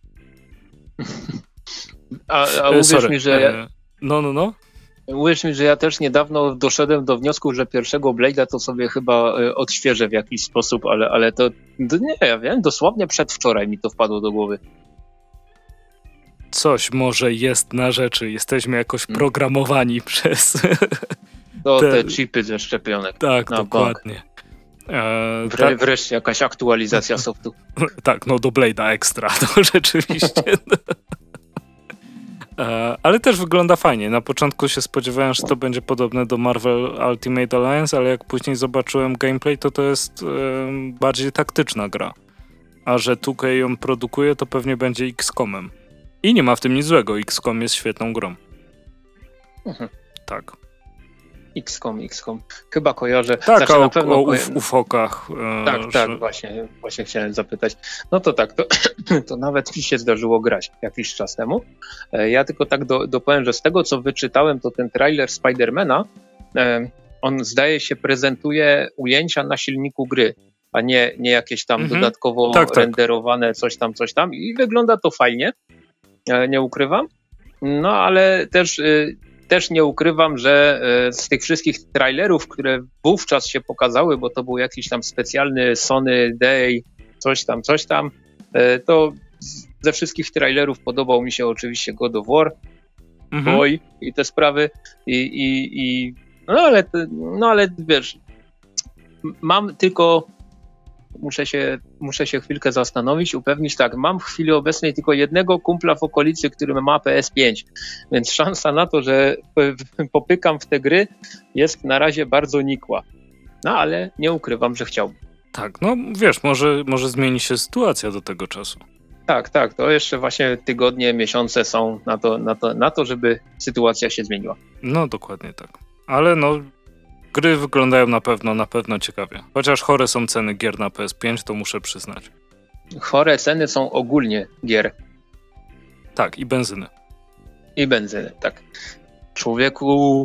A uwierz mi, że... No. Uwierz mi, że ja też niedawno doszedłem do wniosku, że pierwszego Blade'a to sobie chyba odświeżę w jakiś sposób, ale to nie, ja wiem, dosłownie przedwczoraj mi to wpadło do głowy. Coś może jest na rzeczy. Jesteśmy jakoś programowani przez... te chipy ze szczepionek. Tak, dokładnie. Wreszcie jakaś aktualizacja softu. Tak, no do Blade'a ekstra, to rzeczywiście. Ale też wygląda fajnie. Na początku się spodziewałem, że to będzie podobne do Marvel Ultimate Alliance, ale jak później zobaczyłem gameplay, to jest bardziej taktyczna gra. A że 2K ją produkuje, to pewnie będzie XCOM-em. I nie ma w tym nic złego. XCOM jest świetną grą. Tak. XCOM. Chyba kojarzę. Tak, na pewno o ufokach. Tak, właśnie chciałem zapytać. No to tak, to nawet mi się zdarzyło grać jakiś czas temu. Ja tylko tak dopowiem, że z tego, co wyczytałem, to ten trailer Spidermana, on zdaje się prezentuje ujęcia na silniku gry, a nie jakieś tam dodatkowo renderowane coś tam i wygląda to fajnie, nie ukrywam. No ale też nie ukrywam, że z tych wszystkich trailerów, które wówczas się pokazały, bo to był jakiś tam specjalny Sony Day, coś tam, to ze wszystkich trailerów podobał mi się oczywiście God of War, Boy i te sprawy. No ale wiesz, mam tylko... Muszę się chwilkę zastanowić, upewnić, tak, mam w chwili obecnej tylko jednego kumpla w okolicy, który ma PS5, więc szansa na to, że popykam w te gry jest na razie bardzo nikła. No ale nie ukrywam, że chciałbym. Tak, no wiesz, może zmieni się sytuacja do tego czasu. Tak, to jeszcze właśnie tygodnie, miesiące są na to, żeby sytuacja się zmieniła. No dokładnie tak. Ale no Gry wyglądają na pewno ciekawie. Chociaż chore są ceny gier na PS5, to muszę przyznać. Chore ceny są ogólnie gier. Tak, i benzyny. I benzyny, tak. Człowieku.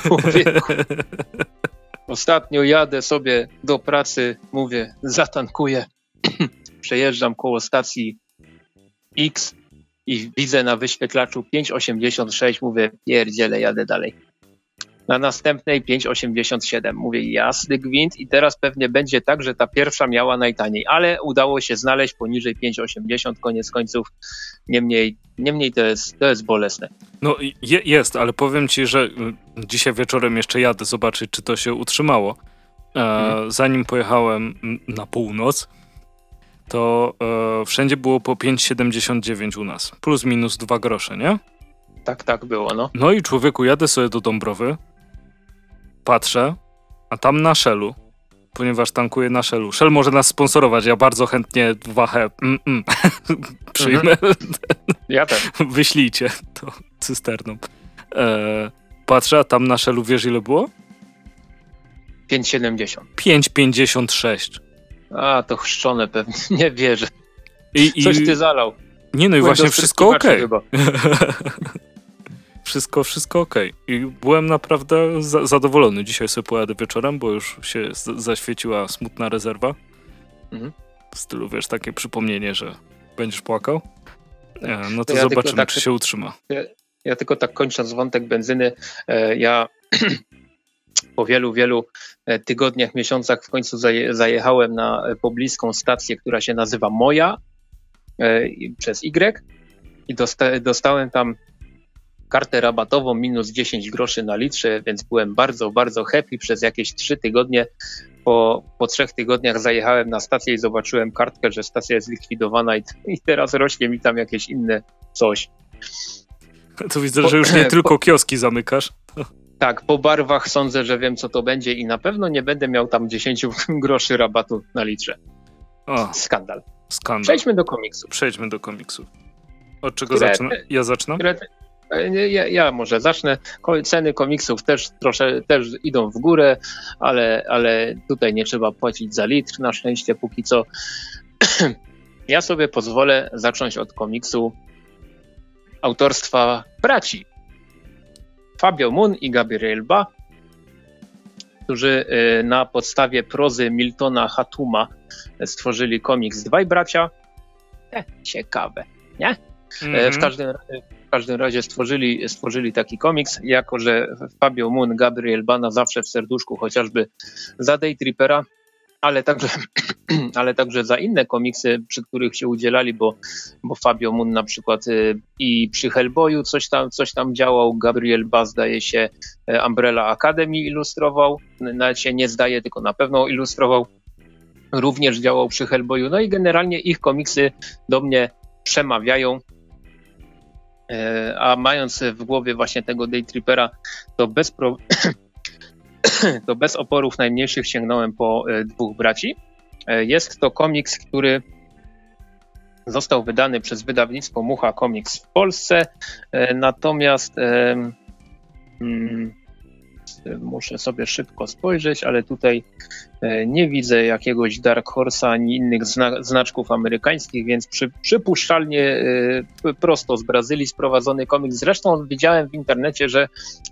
Ostatnio jadę sobie do pracy, mówię, zatankuję. Przejeżdżam koło stacji X i widzę na wyświetlaczu 5,86, mówię, pierdzielę, jadę dalej. Na następnej 5,87, mówię, jasny gwint i teraz pewnie będzie tak, że ta pierwsza miała najtaniej, ale udało się znaleźć poniżej 5,80, koniec końców, niemniej to jest bolesne. No jest, ale powiem ci, że dzisiaj wieczorem jeszcze jadę zobaczyć, czy to się utrzymało. Zanim pojechałem na północ, to wszędzie było po 5,79 u nas. Plus minus 2 grosze, nie? Tak było, no. No i człowieku, jadę sobie do Dąbrowy, patrzę, a tam na Shellu, ponieważ tankuję na Shellu. Shell może nas sponsorować, ja bardzo chętnie wachę przyjmę. Ja też. Wyślijcie to cysterną. Patrzę, a tam na Shellu wiesz ile było? 5,70. 5,56. A, to chrzczone pewnie, nie wierzę. Coś ty zalał. Nie, no i właśnie wszystko okej. Wszystko okej. I byłem naprawdę zadowolony. Dzisiaj sobie pojadę wieczorem, bo już się zaświeciła smutna rezerwa. W stylu, wiesz, takie przypomnienie, że będziesz płakał. No to ja zobaczymy, czy się utrzyma. Ja tylko tak kończąc wątek benzyny, ja po wielu tygodniach, miesiącach w końcu zajechałem na pobliską stację, która się nazywa Moja przez Y i dostałem tam kartę rabatową minus 10 groszy na litrze, więc byłem bardzo, bardzo happy przez jakieś 3 tygodnie. Po 3 tygodniach zajechałem na stację i zobaczyłem kartkę, że stacja jest zlikwidowana i teraz rośnie mi tam jakieś inne coś. To widzę, że już nie tylko kioski zamykasz. Tak, po barwach sądzę, że wiem co to będzie i na pewno nie będę miał tam 10 groszy rabatu na litrze. Skandal. Przejdźmy do komiksów. Od czego zacznę? Ja zacznę? Ja może zacznę. Ceny komiksów też idą w górę, ale tutaj nie trzeba płacić za litr, na szczęście póki co. Ja sobie pozwolę zacząć od komiksu autorstwa braci Fabio Moon i Gabriel Ba, którzy na podstawie prozy Miltona Hatuma stworzyli komiks Dwaj bracia. Ciekawe, nie? W każdym razie stworzyli taki komiks, jako że Fabio Moon, Gabriel Ba na zawsze w serduszku, chociażby za Daytrippera, ale także za inne komiksy, przy których się udzielali, bo Fabio Moon na przykład i przy Hellboyu coś tam działał, Gabriel Ba zdaje się Umbrella Academy ilustrował, nawet się nie zdaje, tylko na pewno ilustrował, również działał przy Hellboyu, no i generalnie ich komiksy do mnie przemawiają. A mając w głowie właśnie tego Daytrippera, to bez oporów najmniejszych sięgnąłem po Dwóch braci. Jest to komiks, który został wydany przez wydawnictwo Mucha Comics w Polsce, natomiast muszę sobie szybko spojrzeć, ale tutaj nie widzę jakiegoś Dark Horse'a ani innych znaczków amerykańskich, więc przypuszczalnie prosto z Brazylii sprowadzony komiks. Zresztą widziałem w internecie, że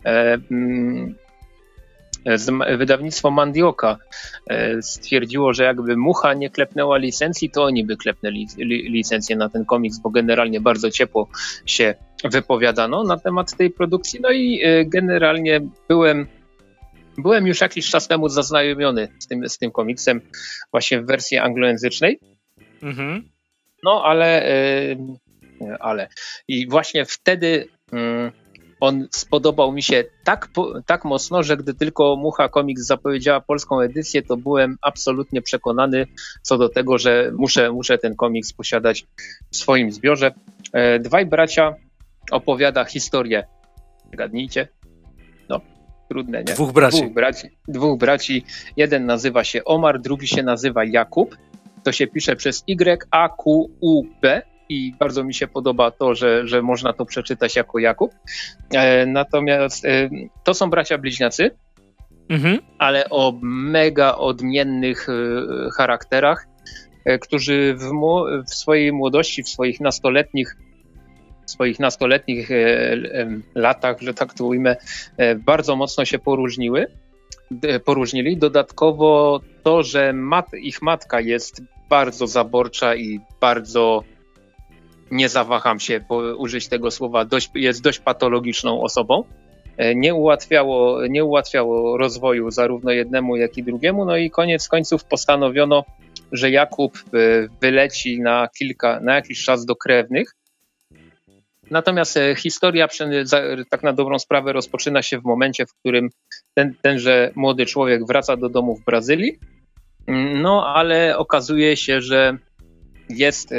wydawnictwo Mandioka stwierdziło, że jakby Mucha nie klepnęła licencji, to oni by klepnęli licencję na ten komiks, bo generalnie bardzo ciepło się wypowiadano na temat tej produkcji. No i generalnie byłem już jakiś czas temu zaznajomiony z tym komiksem właśnie w wersji anglojęzycznej. No ale i właśnie wtedy on spodobał mi się tak mocno, że gdy tylko Mucha Comics zapowiedziała polską edycję, to byłem absolutnie przekonany co do tego, że muszę ten komiks posiadać w swoim zbiorze. Dwaj bracia opowiada historię. Gadnijcie. No, trudne, nie? Dwóch braci. Jeden nazywa się Omar, drugi się nazywa Jakub. To się pisze przez Y-A-Q-U-B. I bardzo mi się podoba to, że można to przeczytać jako Jakub. Natomiast to są bracia bliźniacy. ale o mega odmiennych charakterach, którzy w swojej młodości, w swoich nastoletnich latach, że tak to ujmę, bardzo mocno się poróżnili. Dodatkowo to, że ich matka jest bardzo zaborcza i bardzo, nie zawaham się użyć tego słowa, jest dość patologiczną osobą. Nie ułatwiało rozwoju zarówno jednemu, jak i drugiemu. No i koniec końców postanowiono, że Jakub wyleci na jakiś czas do krewnych. Natomiast historia tak na dobrą sprawę rozpoczyna się w momencie, w którym tenże młody człowiek wraca do domu w Brazylii. No ale okazuje się, że jest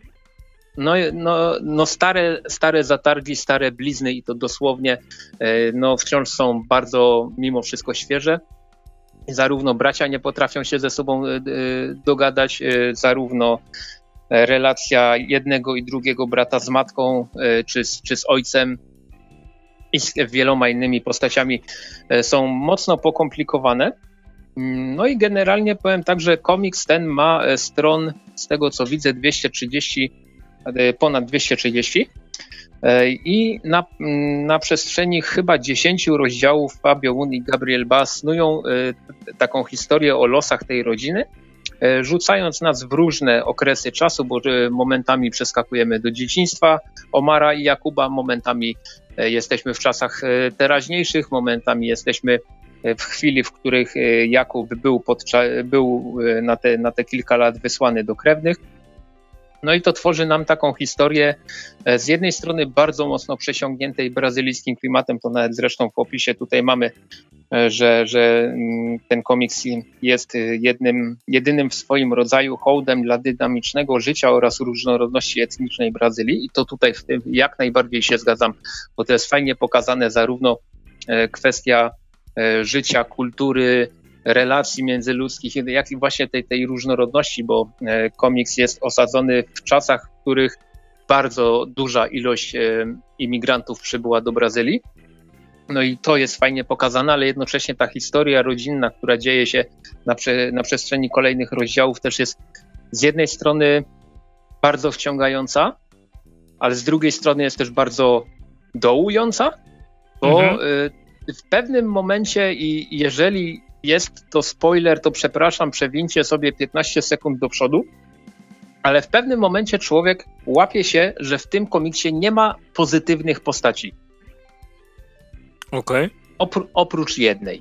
stare zatargi, stare blizny i to dosłownie wciąż są bardzo mimo wszystko świeże. Zarówno bracia nie potrafią się ze sobą dogadać, zarówno relacja jednego i drugiego brata z matką czy z ojcem i z wieloma innymi postaciami są mocno pokomplikowane. No i generalnie powiem tak, że komiks ten ma stron, z tego co widzę, ponad 230 i na przestrzeni chyba 10 rozdziałów Fabio Moon i Gabriel Ba snują taką historię o losach tej rodziny, rzucając nas w różne okresy czasu, bo momentami przeskakujemy do dzieciństwa Omara i Jakuba, momentami jesteśmy w czasach teraźniejszych, momentami jesteśmy w chwili, w których Jakub był na te kilka lat wysłany do krewnych. No i to tworzy nam taką historię z jednej strony bardzo mocno przesiągniętej brazylijskim klimatem, to nawet zresztą w opisie tutaj mamy, że ten komiks jest jedynym w swoim rodzaju hołdem dla dynamicznego życia oraz różnorodności etnicznej Brazylii i to tutaj w tym jak najbardziej się zgadzam, bo to jest fajnie pokazane zarówno kwestia życia, kultury, relacji międzyludzkich, jak i właśnie tej różnorodności, bo komiks jest osadzony w czasach, w których bardzo duża ilość imigrantów przybyła do Brazylii. No i to jest fajnie pokazane, ale jednocześnie ta historia rodzinna, która dzieje się na przestrzeni kolejnych rozdziałów, też jest z jednej strony bardzo wciągająca, ale z drugiej strony jest też bardzo dołująca, bo w pewnym momencie i jeżeli jest to spoiler, to przepraszam, przewincie sobie 15 sekund do przodu, ale w pewnym momencie człowiek łapie się, że w tym komiksie nie ma pozytywnych postaci. Okej. Oprócz jednej.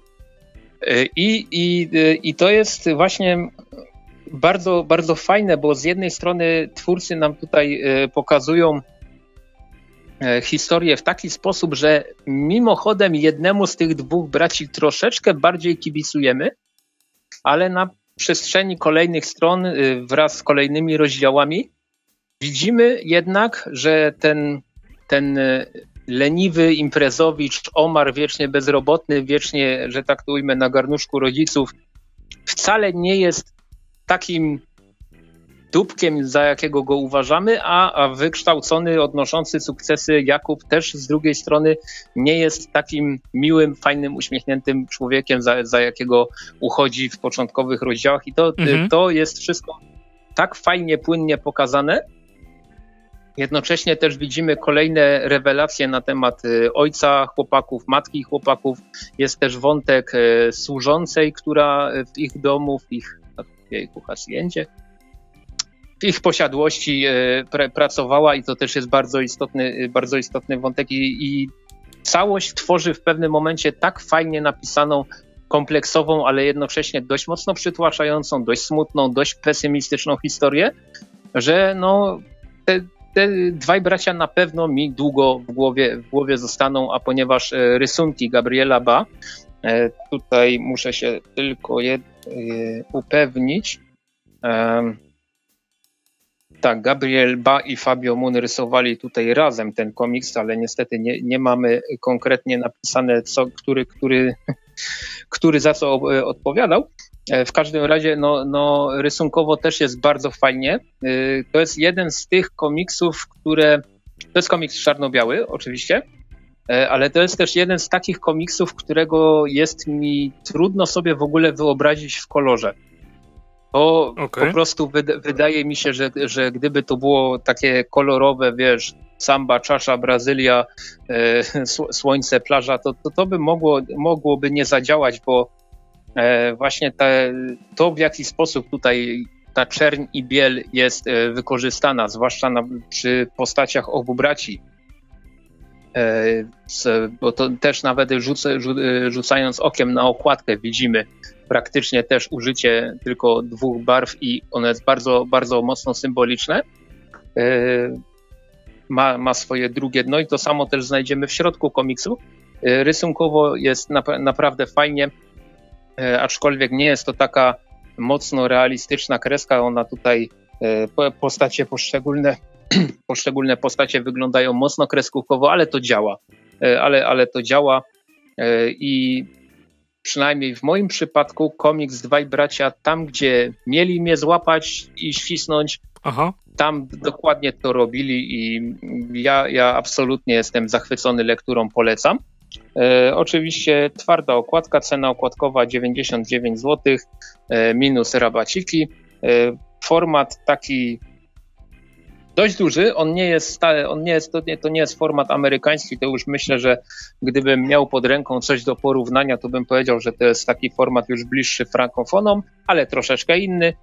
I to jest właśnie bardzo, bardzo fajne, bo z jednej strony twórcy nam tutaj pokazują historię w taki sposób, że mimochodem jednemu z tych dwóch braci troszeczkę bardziej kibicujemy, ale na przestrzeni kolejnych stron wraz z kolejnymi rozdziałami widzimy jednak, że ten leniwy imprezowicz Omar, wiecznie bezrobotny, wiecznie, że tak to ujmę, na garnuszku rodziców, wcale nie jest takim dupkiem, za jakiego go uważamy, a wykształcony, odnoszący sukcesy Jakub też z drugiej strony nie jest takim miłym, fajnym, uśmiechniętym człowiekiem, za jakiego uchodzi w początkowych rozdziałach i to jest wszystko tak fajnie, płynnie pokazane. Jednocześnie też widzimy kolejne rewelacje na temat ojca chłopaków, matki chłopaków. Jest też wątek służącej, która w ich domu, w ich haciendzie, w ich posiadłości pracowała i to też jest bardzo istotny wątek i całość tworzy w pewnym momencie tak fajnie napisaną, kompleksową, ale jednocześnie dość mocno przytłaczającą, dość smutną, dość pesymistyczną historię, że te dwaj bracia na pewno mi długo w głowie zostaną, a ponieważ rysunki Gabriela Ba, tutaj muszę się tylko upewnić, tak, Gabriel Ba i Fabio Moon rysowali tutaj razem ten komiks, ale niestety nie mamy konkretnie napisane, który za co odpowiadał. W każdym razie rysunkowo też jest bardzo fajnie. To jest jeden z tych komiksów, to jest komiks czarno-biały oczywiście, ale to jest też jeden z takich komiksów, którego jest mi trudno sobie w ogóle wyobrazić w kolorze. Bo po prostu wydaje mi się, że gdyby to było takie kolorowe, wiesz, samba, czasza, Brazylia, słońce, plaża, to by mogłoby nie zadziałać, bo właśnie to w jaki sposób tutaj ta czerń i biel jest wykorzystana, zwłaszcza przy postaciach obu braci. Bo to też nawet rzucając okiem na okładkę widzimy praktycznie też użycie tylko dwóch barw i one jest bardzo, bardzo mocno symboliczne. Ma swoje drugie dno i to samo też znajdziemy w środku komiksu. Rysunkowo jest naprawdę fajnie, aczkolwiek nie jest to taka mocno realistyczna kreska. Ona tutaj, postacie poszczególne postacie wyglądają mocno kreskówkowo, ale to działa. Ale to działa i przynajmniej w moim przypadku komiks Dwaj Bracia, tam gdzie mieli mnie złapać i świsnąć, tam dokładnie to robili i ja absolutnie jestem zachwycony lekturą, polecam. Oczywiście twarda okładka, cena okładkowa 99 zł, minus rabaciki. Format taki dość duży, to nie jest format amerykański, to już myślę, że gdybym miał pod ręką coś do porównania, to bym powiedział, że to jest taki format już bliższy frankofonom, ale troszeczkę inny.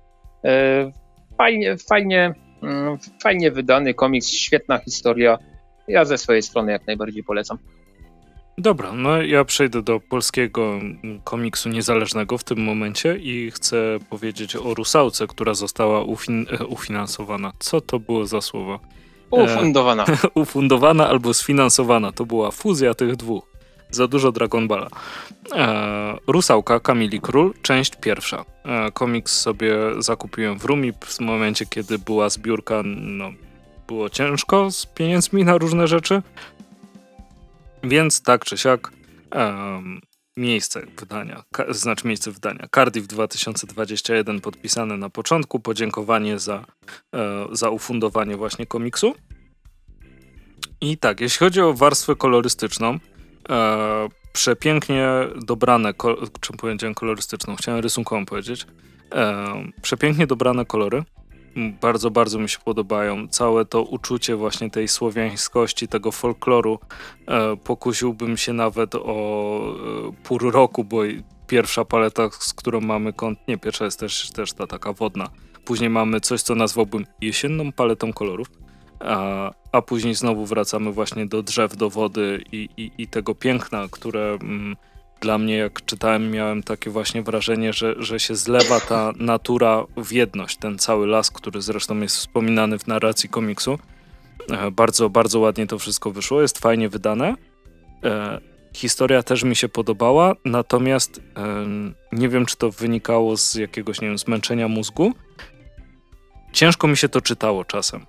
Fajnie wydany komiks, świetna historia. Ja ze swojej strony jak najbardziej polecam. Dobra, no ja przejdę do polskiego komiksu niezależnego w tym momencie i chcę powiedzieć o Rusałce, która została ufinansowana. Co to było za słowo? Ufundowana. Ufundowana albo sfinansowana. To była fuzja tych dwóch. Za dużo Dragon Balla. Rusałka, Kamili Król, część pierwsza. Komiks sobie zakupiłem w Rumi w momencie, kiedy była zbiórka. No, było ciężko z pieniędzmi na różne rzeczy. Więc tak czy siak miejsce wydania. Cardiff 2021 podpisane na początku. Podziękowanie za ufundowanie właśnie komiksu. I tak, jeśli chodzi o warstwę kolorystyczną, przepięknie dobrane, czym powiedziałem kolorystyczną, chciałem rysunkową powiedzieć, przepięknie dobrane kolory. Bardzo, bardzo mi się podobają. Całe to uczucie właśnie tej słowiańskości, tego folkloru. Pokusiłbym się nawet o pór roku, bo pierwsza paleta, z którą mamy pierwsza jest też ta taka wodna. Później mamy coś, co nazwałbym jesienną paletą kolorów. A później znowu wracamy właśnie do drzew, do wody i tego piękna, które dla mnie, jak czytałem, miałem takie właśnie wrażenie, że się zlewa ta natura w jedność, ten cały las, który zresztą jest wspominany w narracji komiksu. Bardzo, bardzo ładnie to wszystko wyszło, jest fajnie wydane. Historia też mi się podobała, natomiast nie wiem, czy to wynikało z jakiegoś, nie wiem, zmęczenia mózgu. Ciężko mi się to czytało czasem.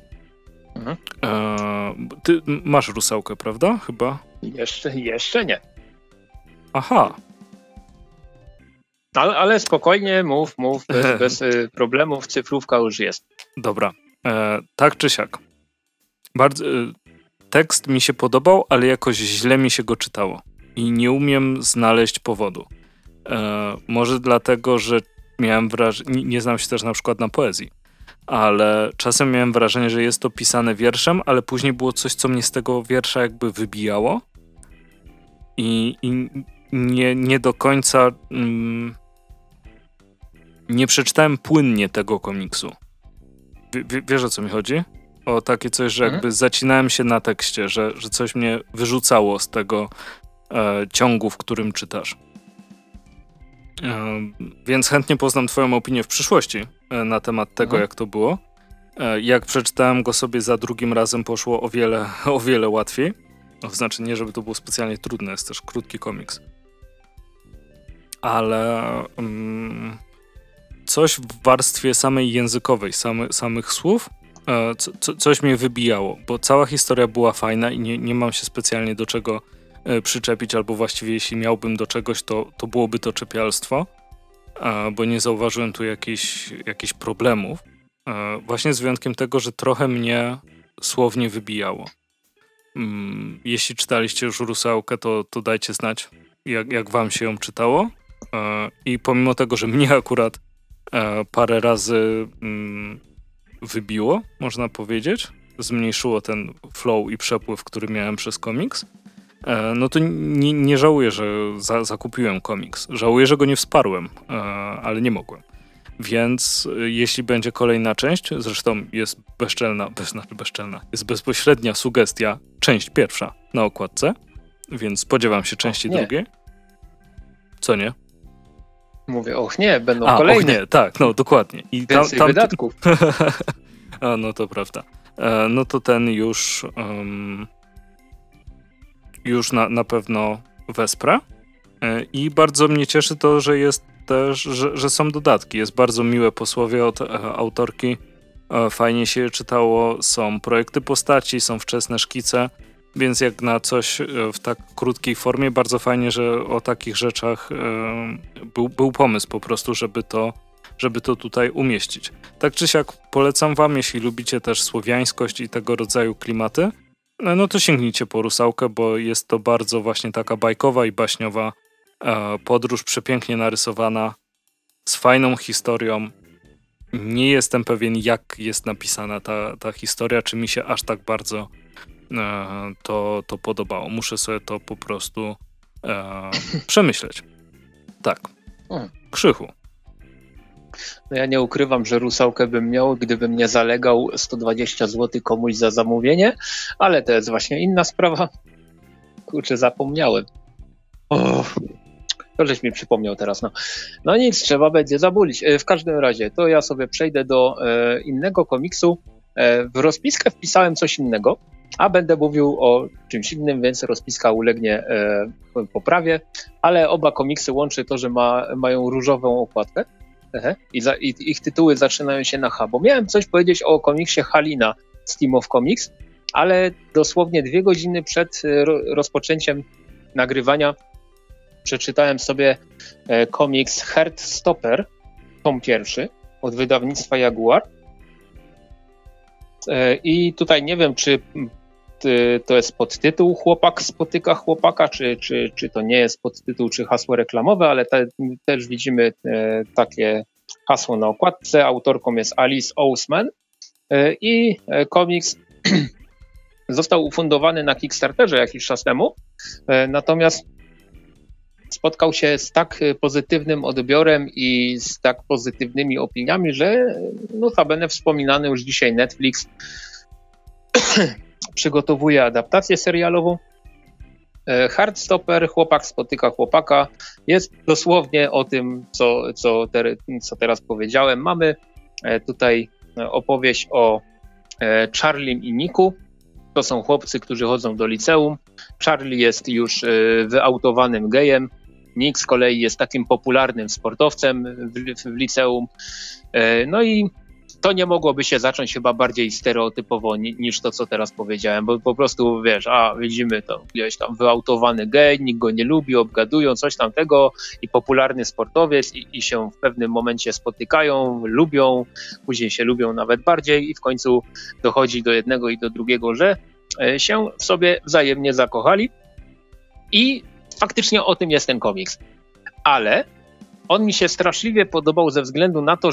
Ty masz Rusałkę, prawda? Chyba? Jeszcze nie. Aha. Ale spokojnie, mów, bez problemów, cyfrówka już jest. Dobra, tak czy siak. Bardzo, tekst mi się podobał, ale jakoś źle mi się go czytało. I nie umiem znaleźć powodu. Może dlatego, że miałem wrażenie, nie znam się też na przykład na poezji, ale czasem miałem wrażenie, że jest to pisane wierszem, ale później było coś, co mnie z tego wiersza jakby wybijało. I nie do końca nie przeczytałem płynnie tego komiksu. Wiesz, o co mi chodzi? O takie coś, że jakby zacinałem się na tekście, że coś mnie wyrzucało z tego ciągu, w którym czytasz. Więc chętnie poznam twoją opinię w przyszłości na temat tego, jak to było. Jak przeczytałem go sobie za drugim razem, poszło o wiele łatwiej. To znaczy nie, żeby to było specjalnie trudne, jest też krótki komiks. Ale coś w warstwie samej językowej, samych słów, coś mnie wybijało, bo cała historia była fajna i nie mam się specjalnie do czego przyczepić, albo właściwie jeśli miałbym do czegoś, to byłoby to czepialstwo, bo nie zauważyłem tu jakichś problemów. Właśnie z wyjątkiem tego, że trochę mnie słownie wybijało. Jeśli czytaliście już Rusałkę, to dajcie znać, jak wam się ją czytało. I pomimo tego, że mnie akurat parę razy wybiło, można powiedzieć, zmniejszyło ten flow i przepływ, który miałem przez komiks, no to nie żałuję, że zakupiłem komiks. Żałuję, że go nie wsparłem, ale nie mogłem. Więc jeśli będzie kolejna część, zresztą jest bezczelna, jest bezpośrednia sugestia, część pierwsza na okładce, więc spodziewam się części drugiej. Co nie? Mówię, nie, będą kolejne. Och nie, tak, no dokładnie. I więcej wydatków. No to prawda. No to ten już na pewno wesprę. I bardzo mnie cieszy to, że jest też, że są dodatki. Jest bardzo miłe posłowie od autorki. Fajnie się je czytało. Są projekty postaci, są wczesne szkice, więc jak na coś w tak krótkiej formie, bardzo fajnie, że o takich rzeczach był pomysł po prostu, żeby to tutaj umieścić. Tak czy siak polecam wam, jeśli lubicie też słowiańskość i tego rodzaju klimaty, no to sięgnijcie po Rusałkę, bo jest to bardzo właśnie taka bajkowa i baśniowa podróż, przepięknie narysowana, z fajną historią. Nie jestem pewien, jak jest napisana ta historia, czy mi się aż tak bardzo to podobało. Muszę sobie to po prostu przemyśleć. Tak. Krzychu. No ja nie ukrywam, że Rusałkę bym miał, gdybym nie zalegał 120 zł komuś za zamówienie, ale to jest właśnie inna sprawa. Kurczę, zapomniałem. To żeś mi przypomniał teraz. No nic, trzeba będzie zabulić. W każdym razie, to ja sobie przejdę do innego komiksu. W rozpiskę wpisałem coś innego, a będę mówił o czymś innym, więc rozpiska ulegnie poprawie, ale oba komiksy łączy to, że mają różową okładkę. I ich tytuły zaczynają się na H, bo miałem coś powiedzieć o komiksie Halina z Team of Comics, ale dosłownie 2 godziny przed rozpoczęciem nagrywania przeczytałem sobie komiks Heartstopper, tom 1 od wydawnictwa Jaguar. I tutaj nie wiem, czy to jest podtytuł Chłopak spotyka chłopaka, czy to nie jest podtytuł, czy hasło reklamowe, ale też widzimy takie hasło na okładce. Autorką jest Alice Oseman i komiks został ufundowany na Kickstarterze jakiś czas temu, natomiast spotkał się z tak pozytywnym odbiorem i z tak pozytywnymi opiniami, że notabene wspominany już dzisiaj Netflix przygotowuje adaptację serialową. Heartstopper, Chłopak spotyka chłopaka, jest dosłownie o tym, co teraz powiedziałem. Mamy tutaj opowieść o Charlim i Niku. To są chłopcy, którzy chodzą do liceum. Charlie jest już wyautowanym gejem. Nick z kolei jest takim popularnym sportowcem w liceum. No i to nie mogłoby się zacząć chyba bardziej stereotypowo niż to, co teraz powiedziałem, bo po prostu wiesz, widzimy to gdzieś tam wyautowany gej, nikt go nie lubi, obgadują coś tamtego i popularny sportowiec i się w pewnym momencie spotykają, lubią, później się lubią nawet bardziej i w końcu dochodzi do jednego i do drugiego, że się w sobie wzajemnie zakochali i faktycznie o tym jest ten komiks. Ale on mi się straszliwie podobał ze względu na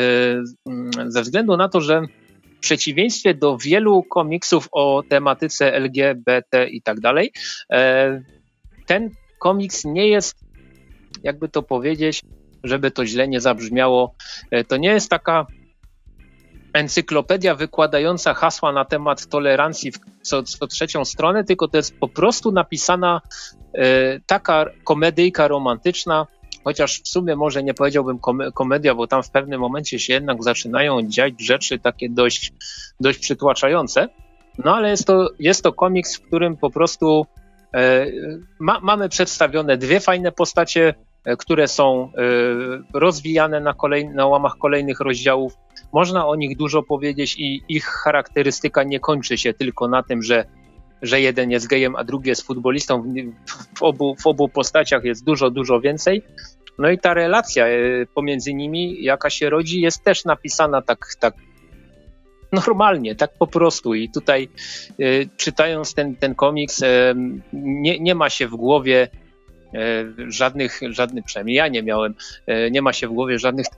to, że w przeciwieństwie do wielu komiksów o tematyce LGBT i tak dalej, ten komiks nie jest, jakby to powiedzieć, żeby to źle nie zabrzmiało, to nie jest taka encyklopedia wykładająca hasła na temat tolerancji co trzecią stronę, tylko to jest po prostu napisana taka komedyjka romantyczna, chociaż w sumie może nie powiedziałbym komedia, bo tam w pewnym momencie się jednak zaczynają dziać rzeczy takie dość przytłaczające. No ale jest to komiks, w którym po prostu mamy przedstawione 2 fajne postacie, które są rozwijane na łamach kolejnych rozdziałów. Można o nich dużo powiedzieć i ich charakterystyka nie kończy się tylko na tym, że jeden jest gejem, a drugi jest futbolistą. W obu postaciach jest dużo więcej. No i ta relacja pomiędzy nimi, jaka się rodzi, jest też napisana tak normalnie, tak po prostu. I tutaj czytając ten komiks nie ma się w głowie przynajmniej ja nie miałem, nie ma się w głowie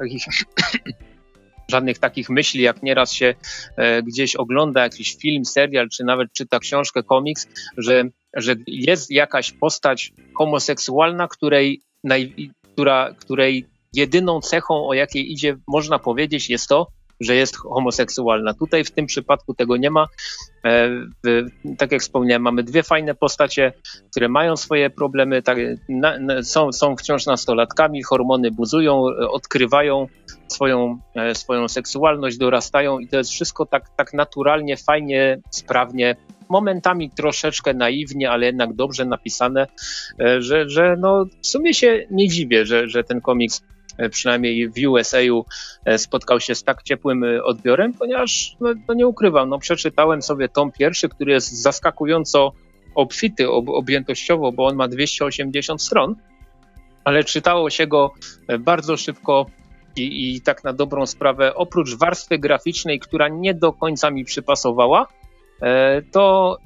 żadnych takich myśli, jak nieraz się gdzieś ogląda jakiś film, serial, czy nawet czyta książkę, komiks, że jest jakaś postać homoseksualna, której jedyną cechą, o jakiej idzie, można powiedzieć, jest to, że jest homoseksualna. Tutaj w tym przypadku tego nie ma. Tak jak wspomniałem, mamy dwie fajne postacie, które mają swoje problemy, są wciąż nastolatkami, hormony buzują, odkrywają swoją seksualność, dorastają i to jest wszystko tak naturalnie, fajnie, sprawnie, momentami troszeczkę naiwnie, ale jednak dobrze napisane, że no w sumie się nie dziwię, że ten komiks przynajmniej w USA-u spotkał się z tak ciepłym odbiorem, ponieważ, no nie ukrywam, przeczytałem sobie tom pierwszy, który jest zaskakująco obfity objętościowo, bo on ma 280 stron, ale czytało się go bardzo szybko i tak na dobrą sprawę, oprócz warstwy graficznej, która nie do końca mi przypasowała, to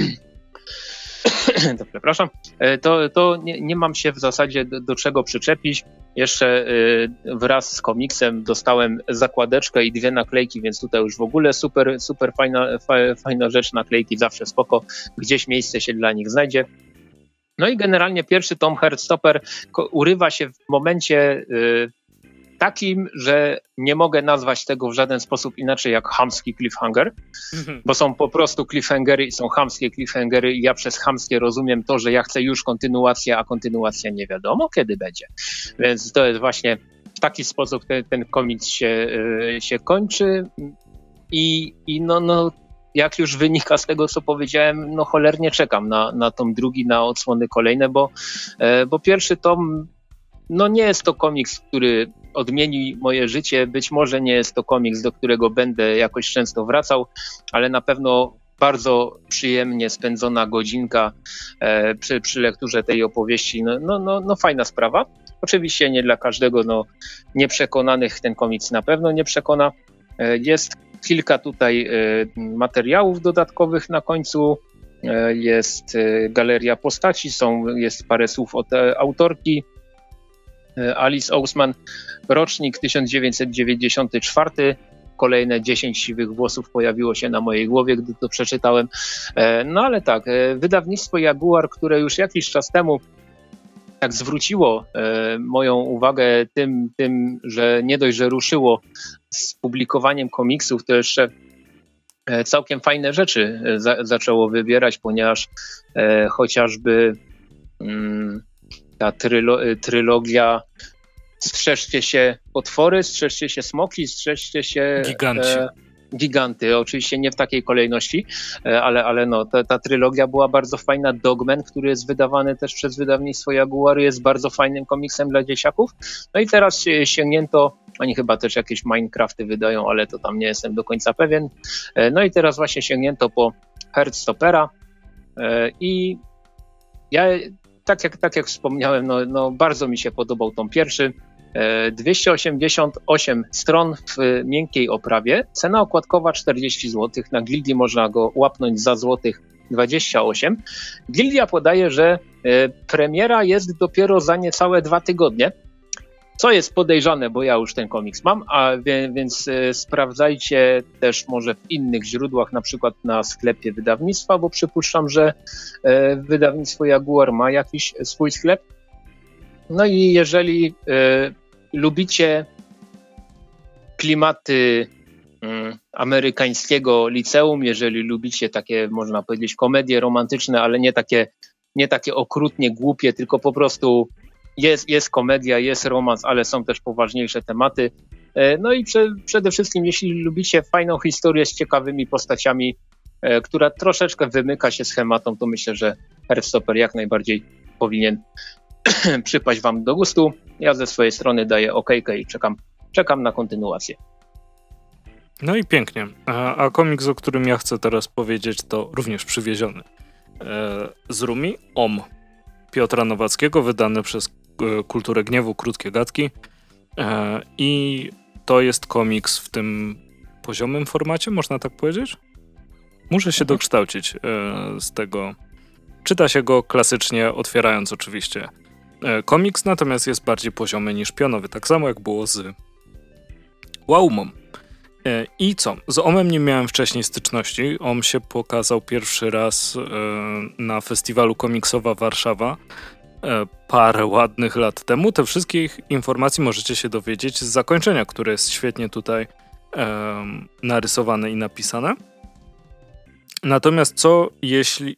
przepraszam, to nie mam się w zasadzie do czego przyczepić. Jeszcze wraz z komiksem dostałem zakładeczkę i 2 naklejki, więc tutaj już w ogóle super fajna rzecz, naklejki zawsze spoko, gdzieś miejsce się dla nich znajdzie. No i generalnie pierwszy tom Heartstopper urywa się w momencie takim, że nie mogę nazwać tego w żaden sposób inaczej jak chamski cliffhanger, bo są po prostu cliffhangery i są chamskie cliffhangery i ja przez chamskie rozumiem to, że ja chcę już kontynuację, a kontynuacja nie wiadomo kiedy będzie. Więc to jest właśnie w taki sposób ten komiks się kończy i jak już wynika z tego, co powiedziałem, cholernie czekam na tom drugi, na odsłony kolejne, bo pierwszy tom nie jest to komiks, który odmieni moje życie. Być może nie jest to komiks, do którego będę jakoś często wracał, ale na pewno bardzo przyjemnie spędzona godzinka przy lekturze tej opowieści. Fajna sprawa. Oczywiście nie dla każdego, nieprzekonanych ten komiks na pewno nie przekona. Jest kilka tutaj materiałów dodatkowych na końcu. Jest galeria postaci, jest parę słów od autorki. Alice Oseman, rocznik 1994, kolejne 10 siwych włosów pojawiło się na mojej głowie, gdy to przeczytałem. Ale tak, wydawnictwo Jaguar, które już jakiś czas temu tak zwróciło moją uwagę tym, że nie dość, że ruszyło z publikowaniem komiksów, to jeszcze całkiem fajne rzeczy zaczęło wybierać, ponieważ chociażby ta trylogia Strzeżcie się potwory, strzeżcie się smoki, strzeżcie się giganty. Oczywiście nie w takiej kolejności, ale ta trylogia była bardzo fajna. Dogman, który jest wydawany też przez wydawnictwo Jaguar, jest bardzo fajnym komiksem dla dzieciaków. No i teraz sięgnięto, oni chyba też jakieś Minecrafty wydają, ale to tam nie jestem do końca pewien. No i teraz właśnie sięgnięto po Heartstoppera i ja tak jak wspomniałem, bardzo mi się podobał tom pierwszy. 288 stron w miękkiej oprawie, cena okładkowa 40 zł, na Gildii można go łapnąć za złotych 28. Gildia podaje, że premiera jest dopiero za niecałe 2 tygodnie, co jest podejrzane, bo ja już ten komiks mam, więc sprawdzajcie też może w innych źródłach, na przykład na sklepie wydawnictwa, bo przypuszczam, że wydawnictwo Jaguar ma jakiś swój sklep. No i jeżeli lubicie klimaty amerykańskiego liceum, jeżeli lubicie takie, można powiedzieć, komedie romantyczne, ale nie takie okrutnie głupie, tylko po prostu jest komedia, jest romans, ale są też poważniejsze tematy. No i przede wszystkim, jeśli lubicie fajną historię z ciekawymi postaciami, która troszeczkę wymyka się schematom, to myślę, że Heartstopper jak najbardziej powinien przypaść wam do gustu. Ja ze swojej strony daję okejkę i czekam na kontynuację. No i pięknie. A komiks, o którym ja chcę teraz powiedzieć, to również przywieziony z Rumi, Piotra Nowackiego, wydany przez Kulturę Gniewu, krótkie gadki. I to jest komiks w tym poziomym formacie, można tak powiedzieć. Muszę się dokształcić z tego. Czyta się go klasycznie, otwierając oczywiście komiks, natomiast jest bardziej poziomy niż pionowy, tak samo jak było z Waumą. I co? Z Omem nie miałem wcześniej styczności. Om się pokazał pierwszy raz na festiwalu Komiksowa Warszawa parę ładnych lat temu. Te wszystkie informacji możecie się dowiedzieć z zakończenia, które jest świetnie tutaj narysowane i napisane. Natomiast co jeśli...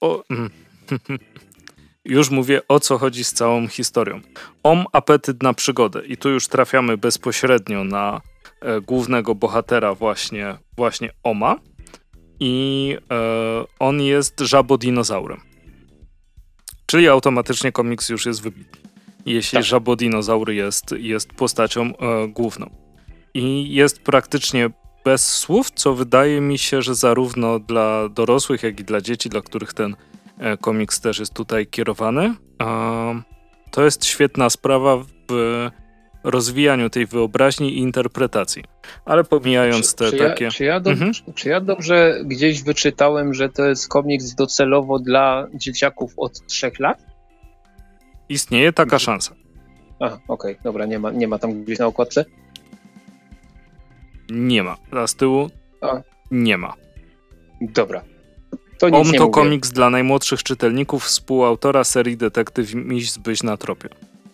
Już mówię, o co chodzi z całą historią. Om, apetyt na przygodę. I tu już trafiamy bezpośrednio na głównego bohatera właśnie Oma. I on jest żabodinozaurem. Czyli automatycznie komiks już jest wybitny. Jeśli żabodinozaur jest postacią główną. I jest praktycznie bez słów, co wydaje mi się, że zarówno dla dorosłych, jak i dla dzieci, dla których ten komiks też jest tutaj kierowany, to jest świetna sprawa w rozwijaniu tej wyobraźni i interpretacji. Ale pomijając takie... Czy ja dobrze gdzieś wyczytałem, że to jest komiks docelowo dla dzieciaków od 3 lat? Istnieje taka szansa. Aha, okej, dobra, nie ma tam gdzieś na okładce? Nie ma. A z tyłu nie ma. Dobra. To nic nie to mówię. komiks dla najmłodszych czytelników, współautora serii Detektyw Miś Zbyś na tropie.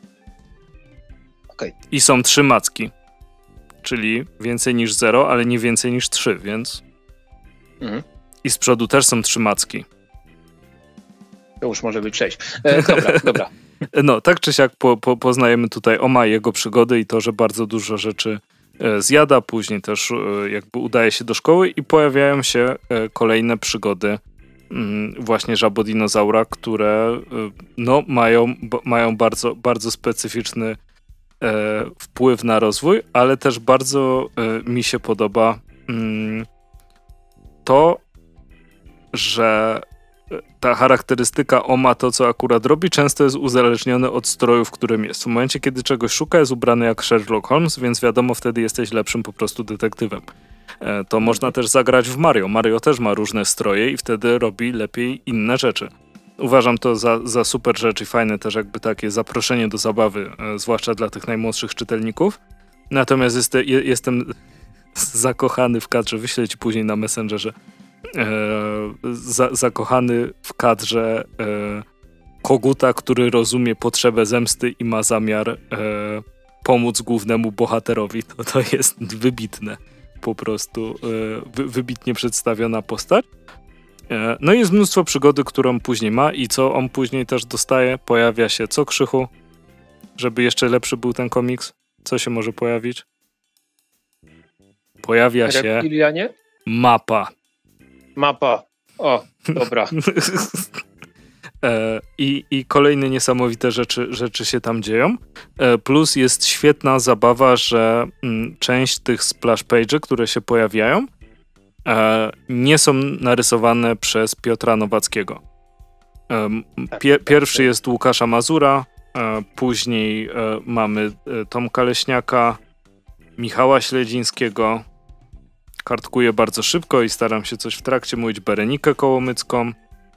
Okay. I są 3 macki. Czyli więcej niż 0, ale nie więcej niż 3, więc... I z przodu też są 3 macki. To już może być 6. Dobra. No, tak czy siak poznajemy tutaj Oma, jego przygody i to, że bardzo dużo rzeczy zjada, później też jakby udaje się do szkoły i pojawiają się kolejne przygody właśnie żabodinozaura, które no, mają bardzo, bardzo specyficzny wpływ na rozwój, ale też bardzo mi się podoba to, że ta charakterystyka Oma, to co akurat robi, często jest uzależnione od stroju, w którym jest. W momencie, kiedy czegoś szuka, jest ubrany jak Sherlock Holmes, więc wiadomo, wtedy jesteś lepszym po prostu detektywem. To można też zagrać w Mario. Mario też ma różne stroje i wtedy robi lepiej inne rzeczy. Uważam to za super rzecz i fajne też jakby takie zaproszenie do zabawy, zwłaszcza dla tych najmłodszych czytelników. Natomiast jestem zakochany w kadrze, wyślę ci później na Messengerze, zakochany w kadrze koguta, który rozumie potrzebę zemsty i ma zamiar pomóc głównemu bohaterowi. To jest wybitne. Po prostu wybitnie przedstawiona postać. No i jest mnóstwo przygody, którą później ma i co on później też dostaje. Pojawia się co, Krzychu? Żeby jeszcze lepszy był ten komiks? Co się może pojawić? Pojawia się Reptilianie? Mapa. O, dobra. I kolejne niesamowite rzeczy się tam dzieją. Plus jest świetna zabawa, że część tych splash page'y, które się pojawiają, nie są narysowane przez Piotra Nowackiego. Pierwszy jest Łukasza Mazura, później mamy Tomka Leśniaka, Michała Śledzińskiego. Kartkuję bardzo szybko i staram się coś w trakcie mówić. Berenikę Kołomycką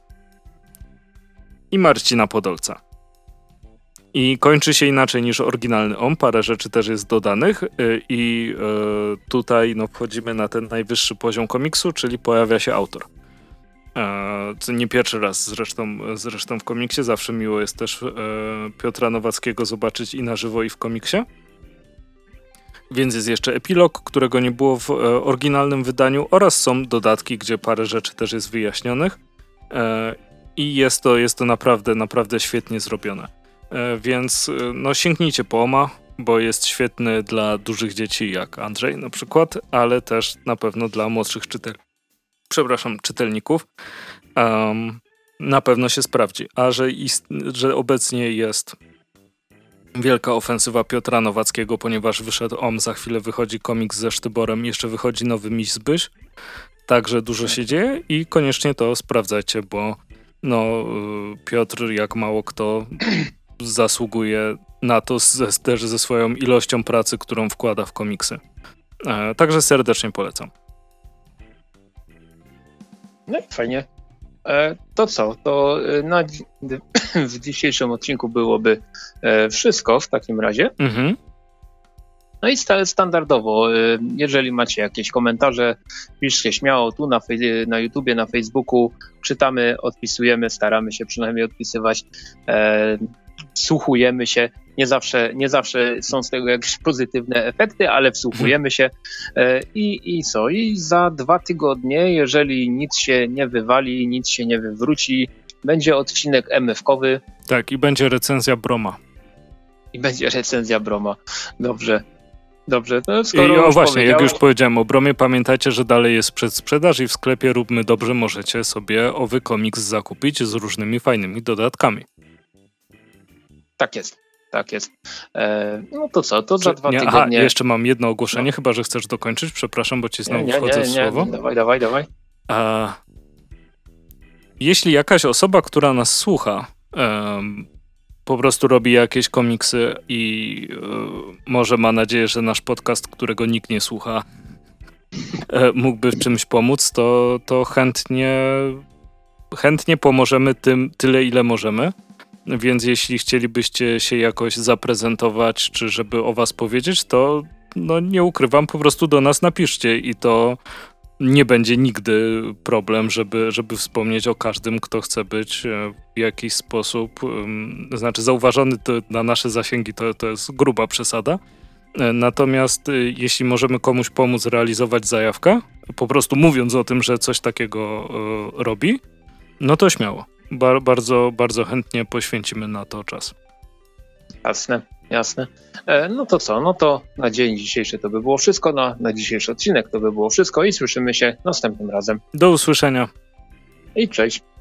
i Marcina Podolca. I kończy się inaczej niż oryginalny Om. Parę rzeczy też jest dodanych i tutaj wchodzimy na ten najwyższy poziom komiksu, czyli pojawia się autor. Co nie pierwszy raz zresztą w komiksie. Zawsze miło jest też Piotra Nowackiego zobaczyć i na żywo, i w komiksie. Więc jest jeszcze epilog, którego nie było w oryginalnym wydaniu, oraz są dodatki, gdzie parę rzeczy też jest wyjaśnionych. I jest to naprawdę świetnie zrobione. Więc sięgnijcie po Oma, bo jest świetny dla dużych dzieci jak Andrzej na przykład, ale też na pewno dla młodszych czytelników. Na pewno się sprawdzi. A że obecnie jest wielka ofensywa Piotra Nowackiego, ponieważ wyszedł Om, za chwilę wychodzi komiks ze Sztyborem, jeszcze wychodzi nowy Miś Zbyś. Także dużo się dzieje i koniecznie to sprawdzajcie, bo Piotr, jak mało kto, zasługuje na to też ze swoją ilością pracy, którą wkłada w komiksy. Także serdecznie polecam. No i fajnie. To co? W dzisiejszym odcinku byłoby wszystko w takim razie. Mhm. No i standardowo, jeżeli macie jakieś komentarze, piszcie śmiało tu na YouTubie, na Facebooku. Czytamy, odpisujemy, staramy się przynajmniej odpisywać. Wsłuchujemy się. Nie zawsze są z tego jakieś pozytywne efekty, ale wsłuchujemy się. I co? I za 2 tygodnie, jeżeli nic się nie wywali, nic się nie wywróci, będzie odcinek MF-kowy. Tak, i będzie recenzja Broma. Dobrze. No, I właśnie, jak już powiedziałem o Bromie, pamiętajcie, że dalej jest przedsprzedaż i w sklepie Róbmy Dobrze możecie sobie owy komiks zakupić z różnymi fajnymi dodatkami. Tak jest. No to co? To za 2 tygodnie... Aha, jeszcze mam jedno ogłoszenie, chyba że chcesz dokończyć. Przepraszam, bo ci znowu wchodzę w słowo. Dawaj. Jeśli jakaś osoba, która nas słucha, po prostu robi jakieś komiksy i może ma nadzieję, że nasz podcast, którego nikt nie słucha, mógłby w czymś pomóc, to chętnie pomożemy tyle, ile możemy. Więc jeśli chcielibyście się jakoś zaprezentować, czy żeby o was powiedzieć, to no nie ukrywam, po prostu do nas napiszcie i to nie będzie nigdy problem, żeby wspomnieć o każdym, kto chce być w jakiś sposób, znaczy zauważony na nasze zasięgi, to jest gruba przesada. Natomiast jeśli możemy komuś pomóc realizować zajawkę, po prostu mówiąc o tym, że coś takiego robi, no to śmiało. Bardzo, bardzo chętnie poświęcimy na to czas. Jasne. No to co? No to na dzień dzisiejszy to by było wszystko. Na dzisiejszy odcinek to by było wszystko i słyszymy się następnym razem. Do usłyszenia. I cześć.